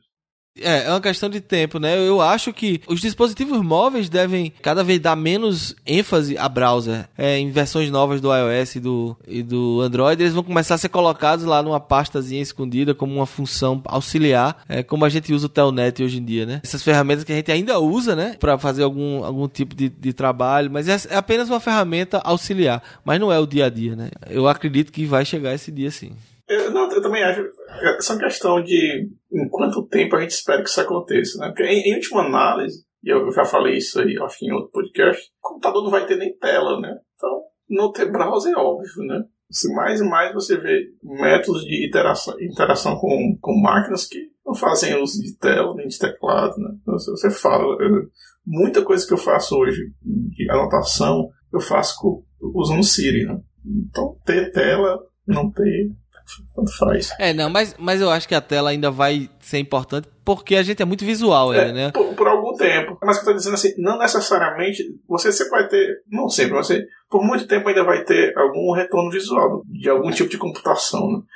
É uma questão de tempo, né? Eu acho que os dispositivos móveis devem cada vez dar menos ênfase a browser. Em versões novas do iOS e do Android, eles vão começar a ser colocados lá numa pastazinha escondida como uma função auxiliar, como a gente usa o Telnet hoje em dia, né? Essas ferramentas que a gente ainda usa, né? Para fazer algum tipo de trabalho, mas é apenas uma ferramenta auxiliar, mas não é o dia a dia, né? Eu acredito que vai chegar esse dia sim. Eu também acho. Essa é uma questão de em quanto tempo a gente espera que isso aconteça, né? Porque em última análise, e eu já falei isso aí, acho que em outro podcast, o computador não vai ter nem tela, né? Então, não ter browser é óbvio, né? Mais e mais você vê métodos de interação com máquinas que não fazem uso de tela nem de teclado, né? Então, você fala, muita coisa que eu faço hoje de anotação, eu faço usando Siri, né? Então, ter tela, não ter, tanto faz. Mas eu acho que a tela ainda vai ser importante porque a gente é muito visual, né? Por algum tempo. Mas o que eu estou dizendo assim, não necessariamente, você sempre vai ter, não sempre, você por muito tempo ainda vai ter algum retorno visual de algum tipo de computação, né?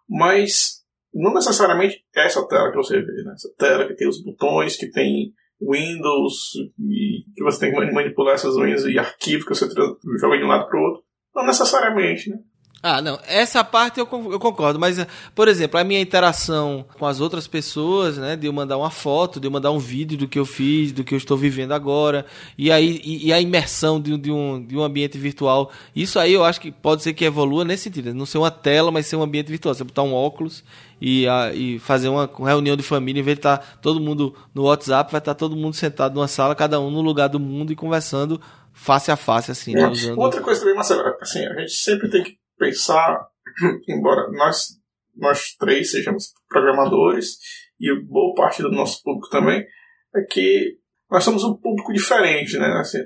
Mas não necessariamente essa tela que você vê, né? Essa tela que tem os botões, que tem Windows, e que você tem que manipular essas Windows e arquivos que você joga de um lado para o outro. Não necessariamente, né? Não, essa parte eu concordo, mas, por exemplo, a minha interação com as outras pessoas, né, de eu mandar uma foto, de eu mandar um vídeo do que eu fiz, do que eu estou vivendo agora, e a imersão de um ambiente virtual, isso aí eu acho que pode ser que evolua nesse sentido, não ser uma tela, mas ser um ambiente virtual, você botar um óculos e fazer uma reunião de família, em vez de estar todo mundo no WhatsApp, vai estar todo mundo sentado numa sala, cada um no lugar do mundo e conversando face a face, assim, né, usando... Outra coisa também, Marcelo, assim, a gente sempre tem que pensar, embora nós 3 sejamos programadores e boa parte do nosso público também, é que nós somos um público diferente, né? Assim,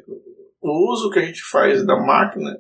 o uso que a gente faz da máquina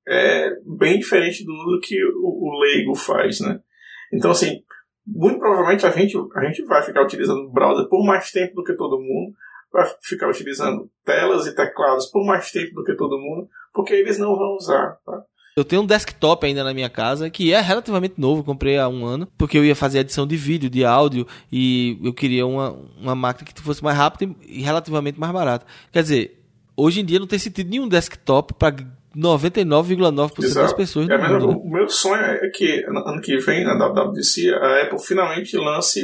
é bem diferente do uso que o leigo faz, né? Então, assim, muito provavelmente a gente vai ficar utilizando o browser por mais tempo do que todo mundo, vai ficar utilizando telas e teclados por mais tempo do que todo mundo, porque eles não vão usar, tá? Eu tenho um desktop ainda na minha casa, que é relativamente novo, comprei há 1 ano, porque eu ia fazer edição de vídeo, de áudio, e eu queria uma máquina que fosse mais rápida e relativamente mais barata. Quer dizer, hoje em dia não tem sentido nenhum desktop para 99,9% das pessoas do mundo. O meu sonho é que ano que vem, na WWDC, a Apple finalmente lance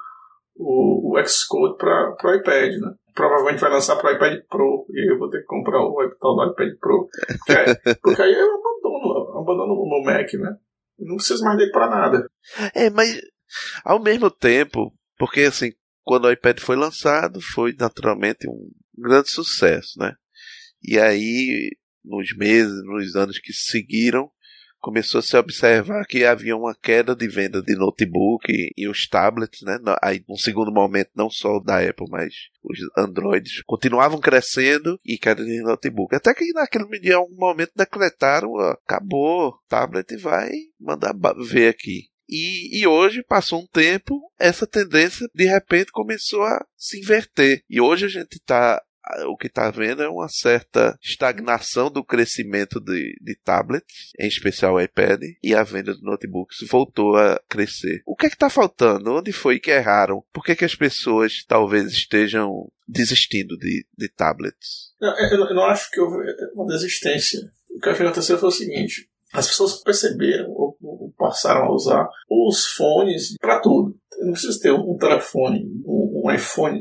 o Xcode para o iPad, né? Provavelmente vai lançar para o iPad Pro, e aí eu vou ter que comprar o tal do iPad Pro. Porque aí eu abandono o meu Mac, né? Não preciso mais dele para nada. Mas ao mesmo tempo, porque assim, quando o iPad foi lançado, foi naturalmente um grande sucesso, né? E aí, nos anos que seguiram, começou a se observar que havia uma queda de venda de notebook e os tablets, né? Aí, num segundo momento, não só da Apple, mas os Androids continuavam crescendo e queda de notebook. Até que naquele dia, em algum momento, decretaram, acabou, tablet vai mandar ver aqui. E hoje, passou um tempo, essa tendência, de repente, começou a se inverter. E hoje a gente o que está vendo é uma certa estagnação do crescimento de tablets, em especial o iPad, e a venda de notebooks voltou a crescer. O que é que está faltando? Onde foi que erraram? Por que as pessoas talvez estejam desistindo de tablets? Eu não acho que houve uma desistência. O que aconteceu foi o seguinte: as pessoas perceberam ou passaram a usar os fones para tudo. Não precisa ter um telefone, um iPhone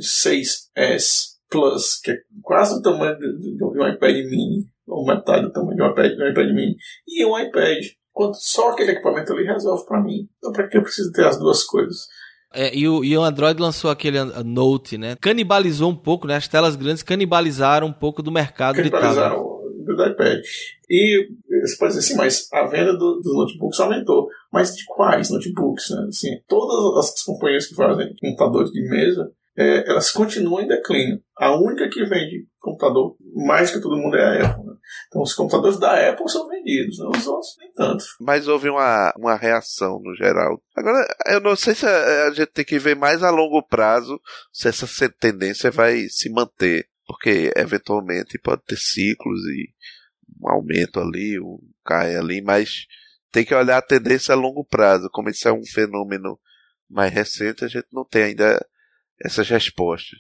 6S Plus, que é quase o tamanho de um iPad mini, ou metade do tamanho de um iPad mini, e um iPad. Só aquele equipamento ali resolve para mim. Então, para que eu preciso ter as duas coisas? E o Android lançou aquele Note, né? Canibalizou um pouco, né? As telas grandes canibalizaram um pouco do mercado de tablet. Canibalizaram do iPad. E você pode dizer assim, mas a venda dos notebooks aumentou. Mas de quais notebooks, né? Assim, todas as companhias que fazem computadores de mesa, elas continuam em declínio. A única que vende computador mais que todo mundo é a Apple, né? Então os computadores da Apple são vendidos, né? Os outros nem tanto. Mas houve uma reação no geral. Agora, eu não sei se a gente tem que ver mais a longo prazo se essa tendência vai se manter, porque eventualmente pode ter ciclos e um aumento ali, um cai ali, mas tem que olhar a tendência a longo prazo. Como isso é um fenômeno mais recente, a gente não tem ainda essas respostas.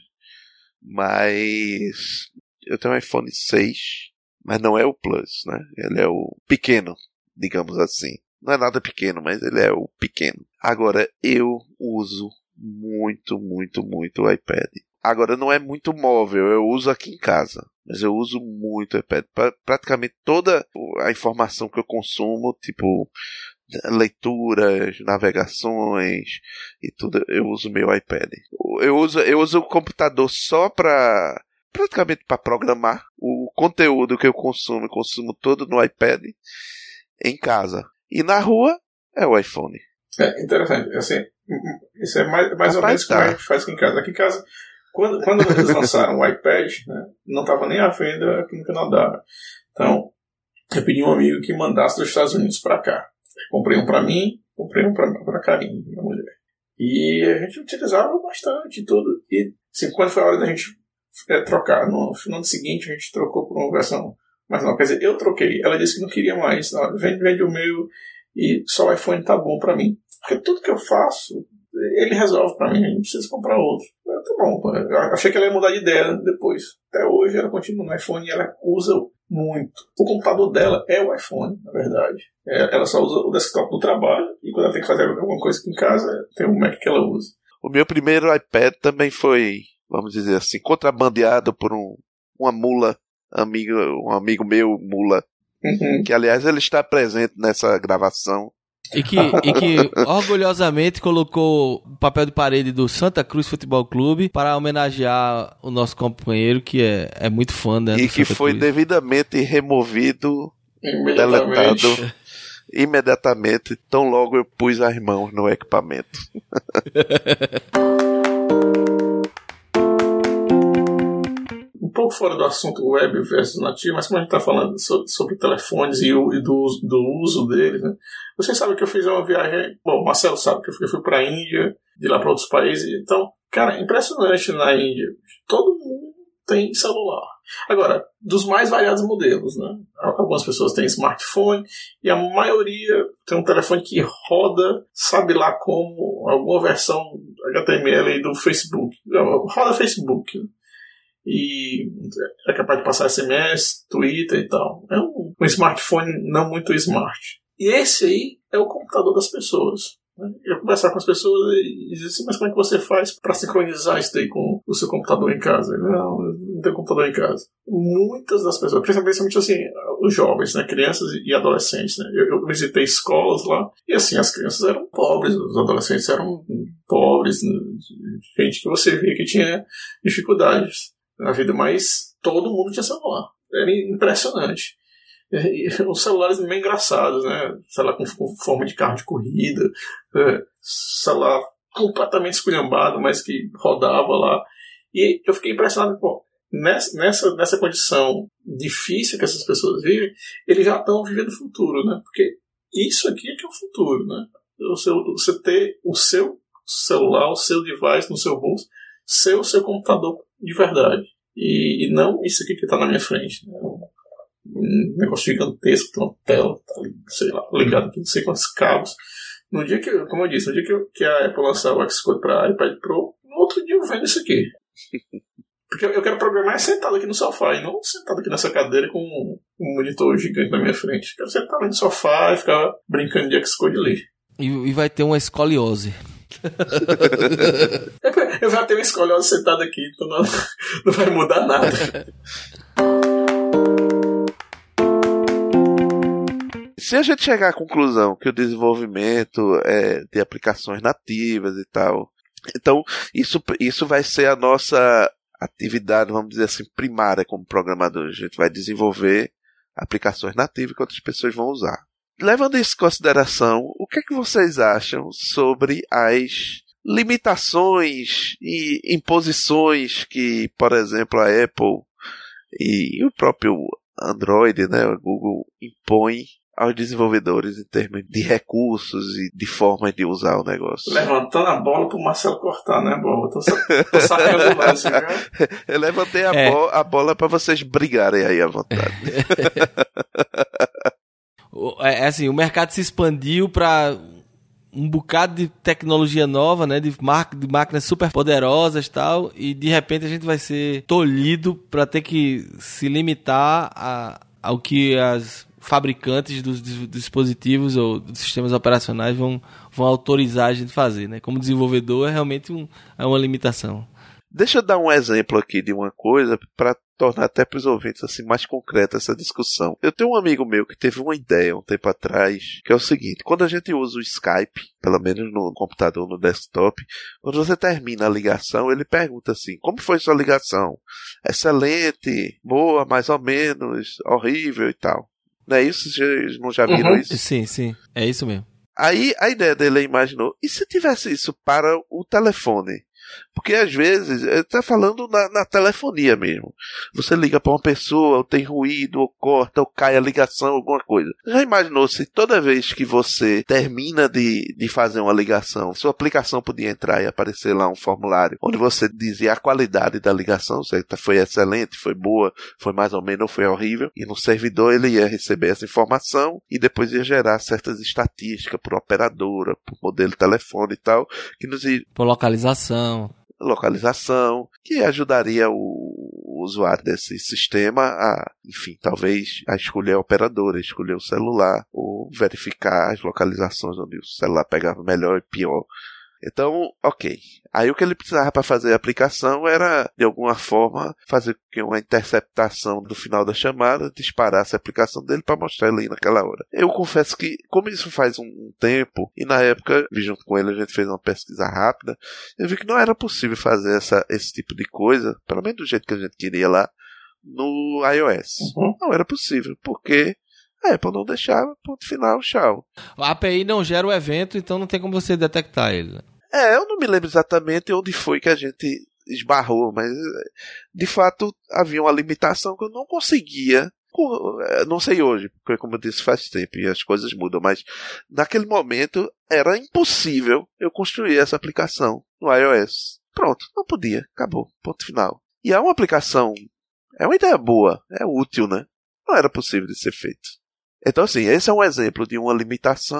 Mas eu tenho um iPhone 6, mas não é o Plus, né? Ele é o pequeno, digamos assim. Não é nada pequeno, mas ele é o pequeno. Agora, eu uso muito o iPad. Agora, não é muito móvel, eu uso aqui em casa, mas eu uso muito o iPad. Praticamente toda a informação que eu consumo, tipo leituras, navegações e tudo, eu uso meu iPad. Eu uso o computador só praticamente para programar. O conteúdo que eu consumo todo no iPad em casa. E na rua é o iPhone. É interessante. Assim, isso é mais ou menos como a gente faz aqui em casa. Aqui em casa, quando eles lançaram o iPad, né, não estava nem à venda aqui no Canadá. Então, eu pedi um amigo que mandasse dos Estados Unidos para cá. Comprei um para mim, comprei um para Karine, minha mulher. E a gente utilizava bastante tudo. E assim, quando foi a hora da gente trocar, no final do seguinte, a gente trocou por uma versão mais nova. Quer dizer, eu troquei. Ela disse que não queria mais. Vende o meu e só o iPhone tá bom para mim. Porque tudo que eu faço, ele resolve para mim. A gente precisa comprar outro. Tá bom. Eu achei que ela ia mudar de ideia depois. Até hoje ela continua no iPhone e ela usa muito. O computador dela é o iPhone, na verdade. Ela só usa o desktop do trabalho e quando ela tem que fazer alguma coisa aqui em casa, tem um Mac que ela usa. O meu primeiro iPad também foi, vamos dizer assim, contrabandeado por uma mula, um amigo meu, mula, que aliás ele está presente nessa gravação. E que orgulhosamente colocou o papel de parede do Santa Cruz Futebol Clube para homenagear o nosso companheiro, que é muito fã, né? E que foi devidamente removido, deletado imediatamente, tão logo eu pus as mãos no equipamento. Um pouco fora do assunto web versus nativo, mas como a gente está falando sobre telefones e do uso deles, né? Vocês sabem que eu fiz uma viagem. Bom, o Marcelo sabe que eu fui para a Índia, de lá para outros países. Então, cara, impressionante na Índia. Todo mundo tem celular. Agora, dos mais variados modelos, né? Algumas pessoas têm smartphone e a maioria tem um telefone que roda, sabe lá como, alguma versão HTML aí do Facebook. Roda Facebook, né? e é capaz de passar SMS, Twitter e tal. É um smartphone não muito smart. E esse aí é o computador das pessoas. Eu conversar com as pessoas e dizer assim, mas como é que você faz para sincronizar isso daí com o seu computador em casa? Não tenho computador em casa. Muitas das pessoas, principalmente assim, os jovens, né, crianças e adolescentes, né? Eu visitei escolas lá e assim, as crianças eram pobres, os adolescentes eram pobres, né? Gente que você via que tinha dificuldades na vida, mas todo mundo tinha celular. Era impressionante. E os celulares bem engraçados, né? Celular com forma de carro de corrida, celular completamente esculhambado, mas que rodava lá. E eu fiquei impressionado, pô, nessa condição difícil que essas pessoas vivem, eles já estão vivendo o futuro, né? Porque isso aqui é que é o futuro, né? Você ter o seu celular, o seu device no seu bolso, ser o seu computador de verdade. E não isso aqui que está na minha frente, né? Um negócio gigantesco, tem uma tela, tá, sei lá, ligado aqui, não sei quantos cabos. No dia que, como eu disse, no dia que a Apple lançar o Xcode para iPad Pro, no outro dia eu vendo isso aqui. Porque eu quero programar sentado aqui no sofá, e não sentado aqui nessa cadeira com um monitor gigante na minha frente. Eu quero sentar ali no sofá e ficar brincando de Xcode ali. E vai ter uma escoliose. Eu já tenho uma escoliose sentada aqui, então não vai mudar nada. Se a gente chegar à conclusão que o desenvolvimento de aplicações nativas e tal, então isso vai ser a nossa atividade, vamos dizer assim, primária como programador. A gente vai desenvolver aplicações nativas que outras pessoas vão usar. Levando isso em consideração, o que é que vocês acham sobre as limitações e imposições que, por exemplo, a Apple e o próprio Android, né, o Google, impõe aos desenvolvedores em termos de recursos e de formas de usar o negócio? Levantando a bola pro Marcelo cortar, né, bola? Tô sacando o lance, já. Eu levantei a bola para vocês brigarem aí à vontade. É assim, o mercado se expandiu para um bocado de tecnologia nova, né, de máquinas super poderosas e tal, e de repente a gente vai ser tolhido para ter que se limitar ao que as fabricantes dos dispositivos ou dos sistemas operacionais vão autorizar a gente fazer, né? Como desenvolvedor é realmente uma limitação. Deixa eu dar um exemplo aqui de uma coisa para tornar até para os ouvintes assim, mais concreta essa discussão. Eu tenho um amigo meu que teve uma ideia um tempo atrás, que é o seguinte: quando a gente usa o Skype, pelo menos no computador, no desktop, quando você termina a ligação, ele pergunta assim: como foi sua ligação? Excelente, boa, mais ou menos, horrível e tal. Não é isso? Vocês não já viram isso? Sim, é isso mesmo. Aí a ideia dele imaginou, e se tivesse isso para o telefone? Porque às vezes, ele está falando na telefonia mesmo. Você liga para uma pessoa, ou tem ruído, ou corta, ou cai a ligação, alguma coisa. Já imaginou se toda vez que você termina de fazer uma ligação, sua aplicação podia entrar e aparecer lá um formulário, onde você dizia a qualidade da ligação, se foi excelente, foi boa, foi mais ou menos, ou foi horrível, e no servidor ele ia receber essa informação, e depois ia gerar certas estatísticas por operadora, por modelo de telefone e tal, que nos ia... por localização, que ajudaria o usuário desse sistema a, enfim, talvez a escolher a operadora, escolher o celular, ou verificar as localizações onde o celular pegava melhor e pior. Então, ok. Aí o que ele precisava para fazer a aplicação era, de alguma forma, fazer uma interceptação do final da chamada, disparasse a aplicação dele para mostrar ele aí naquela hora. Eu confesso que, como isso faz um tempo, e na época, junto com ele, a gente fez uma pesquisa rápida, eu vi que não era possível fazer esse tipo de coisa, pelo menos do jeito que a gente queria lá, no iOS. Não era possível, porque a Apple não deixava, ponto final, tchau. A API não gera o evento, então não tem como você detectar ele. Eu não me lembro exatamente onde foi que a gente esbarrou, mas de fato havia uma limitação que eu não conseguia. Não sei hoje, porque como eu disse faz tempo e as coisas mudam, mas naquele momento era impossível eu construir essa aplicação no iOS. Pronto, não podia, acabou, ponto final. E é uma aplicação, é uma ideia boa, é útil, né? Não era possível de ser feito. Então assim, esse é um exemplo de uma limitação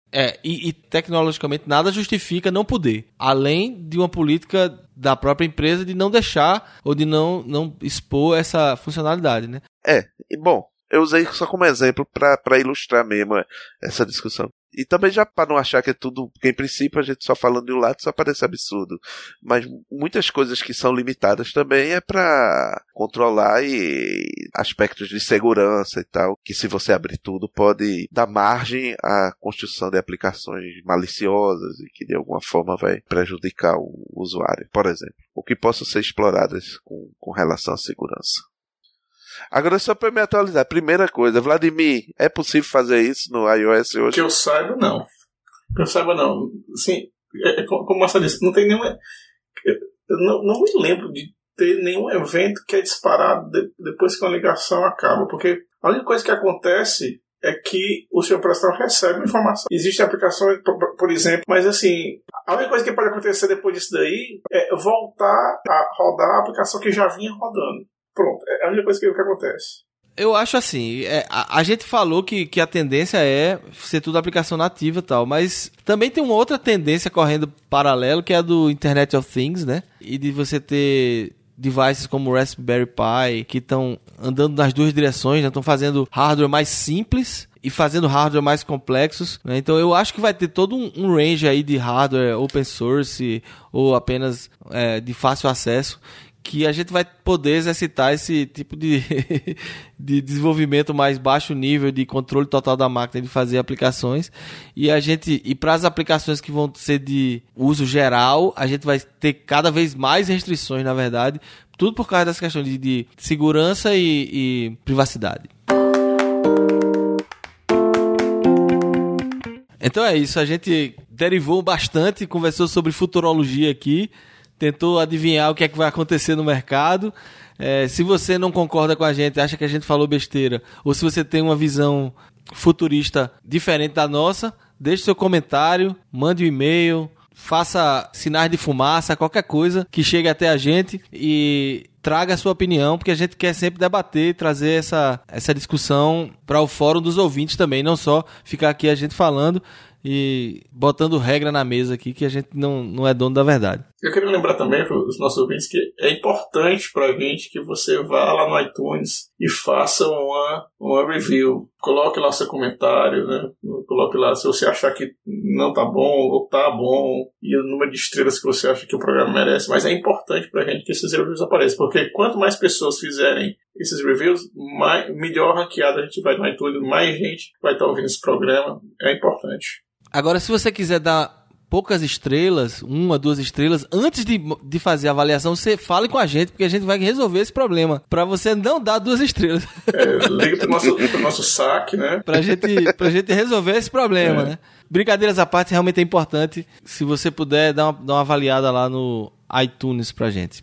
E tecnologicamente nada justifica não poder, além de uma política da própria empresa de não deixar ou de não expor essa funcionalidade, né? Bom, eu usei só como exemplo para ilustrar mesmo essa discussão. E também já para não achar que é tudo, porque em princípio a gente só falando de um lado só parece absurdo. Mas muitas coisas que são limitadas também é para controlar aspectos de segurança e tal, que se você abrir tudo pode dar margem à construção de aplicações maliciosas e que de alguma forma vai prejudicar o usuário, por exemplo. O que possa ser exploradas com relação à segurança. Agora, só para me atualizar, primeira coisa, Vladimir, é possível fazer isso no iOS hoje? Que eu saiba, não. Sim, como o Marcelo disse, não tem nenhuma. Eu não me lembro de ter nenhum evento que é disparado depois que uma ligação acaba, porque a única coisa que acontece é que o seu operacional recebe informação. Existem aplicações, por exemplo, mas assim, a única coisa que pode acontecer depois disso daí é voltar a rodar a aplicação que já vinha rodando. Pronto, é a única coisa que acontece. Eu acho assim, a gente falou que a tendência é ser tudo aplicação nativa e tal, mas também tem uma outra tendência correndo paralelo, que é a do Internet of Things, né? E de você ter devices como o Raspberry Pi, que estão andando nas duas direções, estão fazendo hardware mais simples e fazendo hardware mais complexos, né? Então eu acho que vai ter todo um range aí de hardware open source ou apenas de fácil acesso, que a gente vai poder exercitar esse tipo de desenvolvimento mais baixo nível, de controle total da máquina, de fazer aplicações. E para as aplicações que vão ser de uso geral, a gente vai ter cada vez mais restrições, na verdade, tudo por causa dessa questão de segurança e privacidade. Então é isso, a gente derivou bastante, conversou sobre futurologia aqui, tentou adivinhar o que é que vai acontecer no mercado. Se você não concorda com a gente, acha que a gente falou besteira, ou se você tem uma visão futurista diferente da nossa, deixe seu comentário, mande um e-mail, faça sinais de fumaça, qualquer coisa que chegue até a gente e traga a sua opinião, porque a gente quer sempre debater e trazer essa discussão para o fórum dos ouvintes também, não só ficar aqui a gente falando e botando regra na mesa aqui, que a gente não é dono da verdade. Eu queria lembrar também para os nossos ouvintes que é importante para a gente que você vá lá no iTunes e faça uma review. Coloque lá o seu comentário, né? Coloque lá se você achar que não tá bom ou tá bom, e o número de estrelas que você acha que o programa merece. Mas é importante para a gente que esses reviews apareçam, porque quanto mais pessoas fizerem esses reviews, melhor ranqueada a gente vai no iTunes, mais gente vai estar ouvindo esse programa. É importante. Agora, se você quiser dar poucas estrelas, 1, 2 estrelas, antes de fazer a avaliação, você fale com a gente, porque a gente vai resolver esse problema, para você não dar 2 estrelas. Liga pro nosso saque, né? pra gente resolver esse problema, né? Brincadeiras à parte, realmente é importante. Se você puder, dar uma avaliada lá no iTunes pra gente.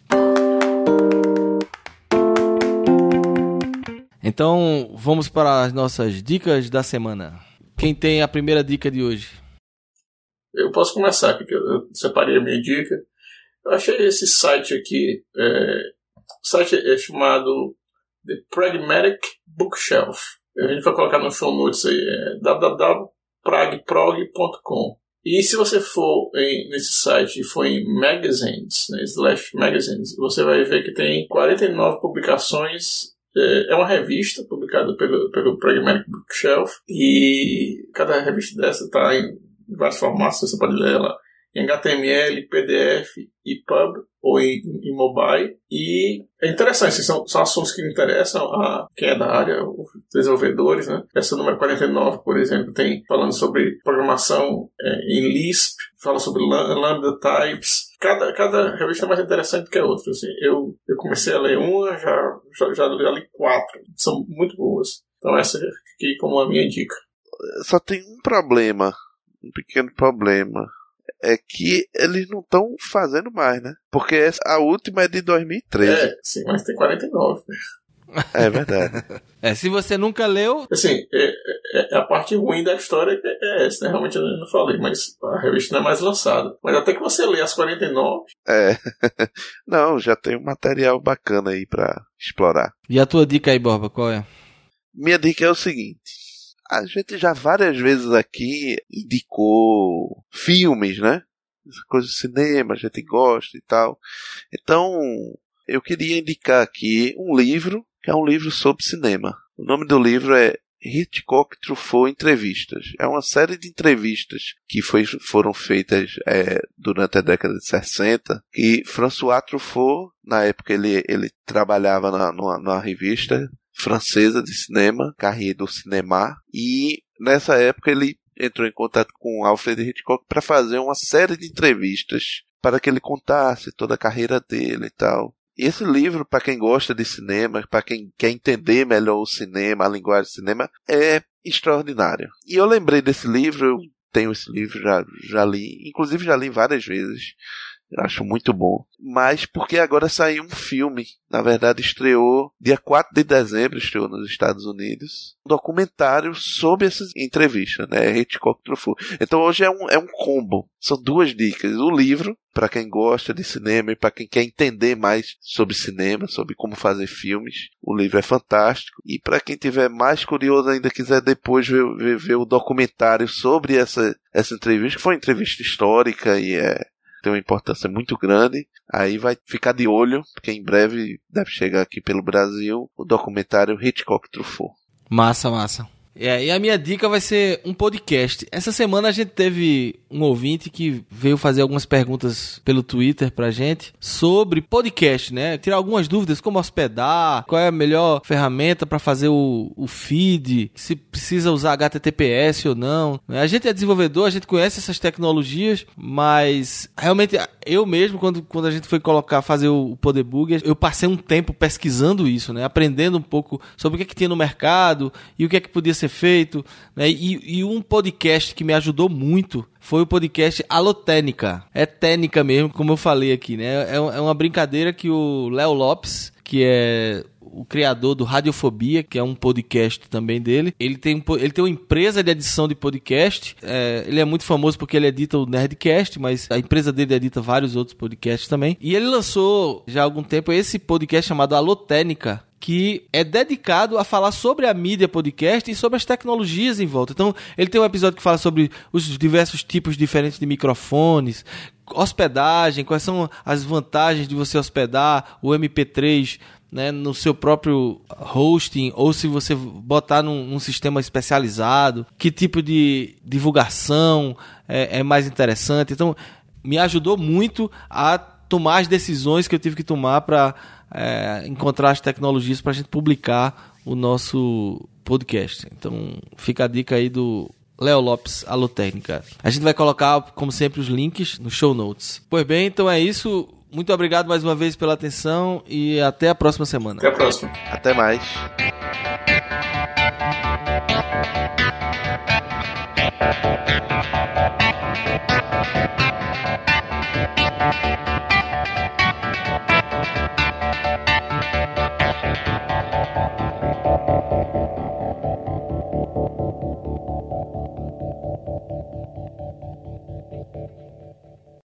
Então, vamos para as nossas dicas da semana. Quem tem a primeira dica de hoje? Eu posso começar aqui, que eu separei a minha dica. Eu achei esse site aqui, o site é chamado The Pragmatic Bookshelf. A gente vai colocar no show notes aí, www.pragprog.com. E se você for nesse site e for em magazines, né, /magazines, você vai ver que tem 49 publicações. É uma revista publicada pelo Pragmatic Bookshelf, e cada revista dessa está em vários formatos, você pode ler ela em HTML, PDF, EPUB ou em mobile. E é interessante, são assuntos que interessam a quem é da área, os desenvolvedores, né? Essa número 49, por exemplo, tem falando sobre programação em Lisp, fala sobre Lambda Types. Cada revista é mais interessante que a outra. Assim. Eu comecei a ler uma, já li 4. São muito boas. Então essa aqui como a minha dica. Só tem um problema, um pequeno problema. É que eles não estão fazendo mais, né? Porque a última é de 2013. Sim, mas tem 49. É verdade. Se você nunca leu... Assim, a parte ruim da história é essa, né? Realmente eu não falei, mas a revista não é mais lançada. Mas até que você lê as 49... Não, já tem um material bacana aí pra explorar. E a tua dica aí, Borba, qual é? Minha dica é o seguinte. a gente já várias vezes aqui indicou filmes, né? Coisa de cinema, a gente gosta e tal. Então, eu queria indicar aqui um livro, que é um livro sobre cinema. O nome do livro é Hitchcock Truffaut Entrevistas. É uma série de entrevistas que foram feitas durante a década de 60, e François Truffaut, na época ele trabalhava numa revista francesa de cinema, Carré du Cinéma, e nessa época ele entrou em contato com Alfred Hitchcock para fazer uma série de entrevistas para que ele contasse toda a carreira dele e tal. E esse livro, para quem gosta de cinema, para quem quer entender melhor o cinema, a linguagem do cinema, é extraordinário. E eu lembrei desse livro, eu tenho esse livro, já li, inclusive já li várias vezes. Eu acho muito bom. Mas porque agora saiu um filme. Na verdade, estreou dia 4 de dezembro, estreou nos Estados Unidos. Um documentário sobre essas entrevistas, né? Hitchcock Truffaut. Então hoje é um combo. São duas dicas. O livro, para quem gosta de cinema e para quem quer entender mais sobre cinema, sobre como fazer filmes. O livro é fantástico. E para quem tiver mais curioso ainda, quiser depois ver o documentário sobre essa entrevista, que foi uma entrevista histórica e tem uma importância muito grande, aí vai ficar de olho, porque em breve deve chegar aqui pelo Brasil o documentário Hitchcock Truffaut. Massa. E a minha dica vai ser um podcast. Essa semana a gente teve um ouvinte que veio fazer algumas perguntas pelo Twitter pra gente sobre podcast, né? Tirar algumas dúvidas, como hospedar, qual é a melhor ferramenta para fazer o feed, se precisa usar HTTPS ou não. A gente é desenvolvedor, a gente conhece essas tecnologias, mas realmente eu mesmo, quando a gente foi fazer o Podebug, eu passei um tempo pesquisando isso, né? Aprendendo um pouco sobre o que tinha no mercado e o que podia ser feito, né? E um podcast que me ajudou muito foi o podcast Alotênica. É técnica mesmo, como eu falei aqui, né? É uma brincadeira que o Léo Lopes, que é o criador do Radiofobia, que é um podcast também dele. Ele tem uma empresa de edição de podcast. Ele é muito famoso porque ele edita o Nerdcast, mas a empresa dele edita vários outros podcasts também. E ele lançou já há algum tempo esse podcast chamado Alotênica, que é dedicado a falar sobre a mídia podcast e sobre as tecnologias em volta. Então, ele tem um episódio que fala sobre os diversos tipos diferentes de microfones, hospedagem, quais são as vantagens de você hospedar o MP3, né, no seu próprio hosting, ou se você botar num sistema especializado, que tipo de divulgação é mais interessante. Então, me ajudou muito a tomar as decisões que eu tive que tomar para encontrar as tecnologias para a gente publicar o nosso podcast. Então, fica a dica aí do Léo Lopes Alotênica. A gente vai colocar, como sempre, os links no show notes. Pois bem, então é isso. Muito obrigado mais uma vez pela atenção e até a próxima semana. Até a próxima. Até mais.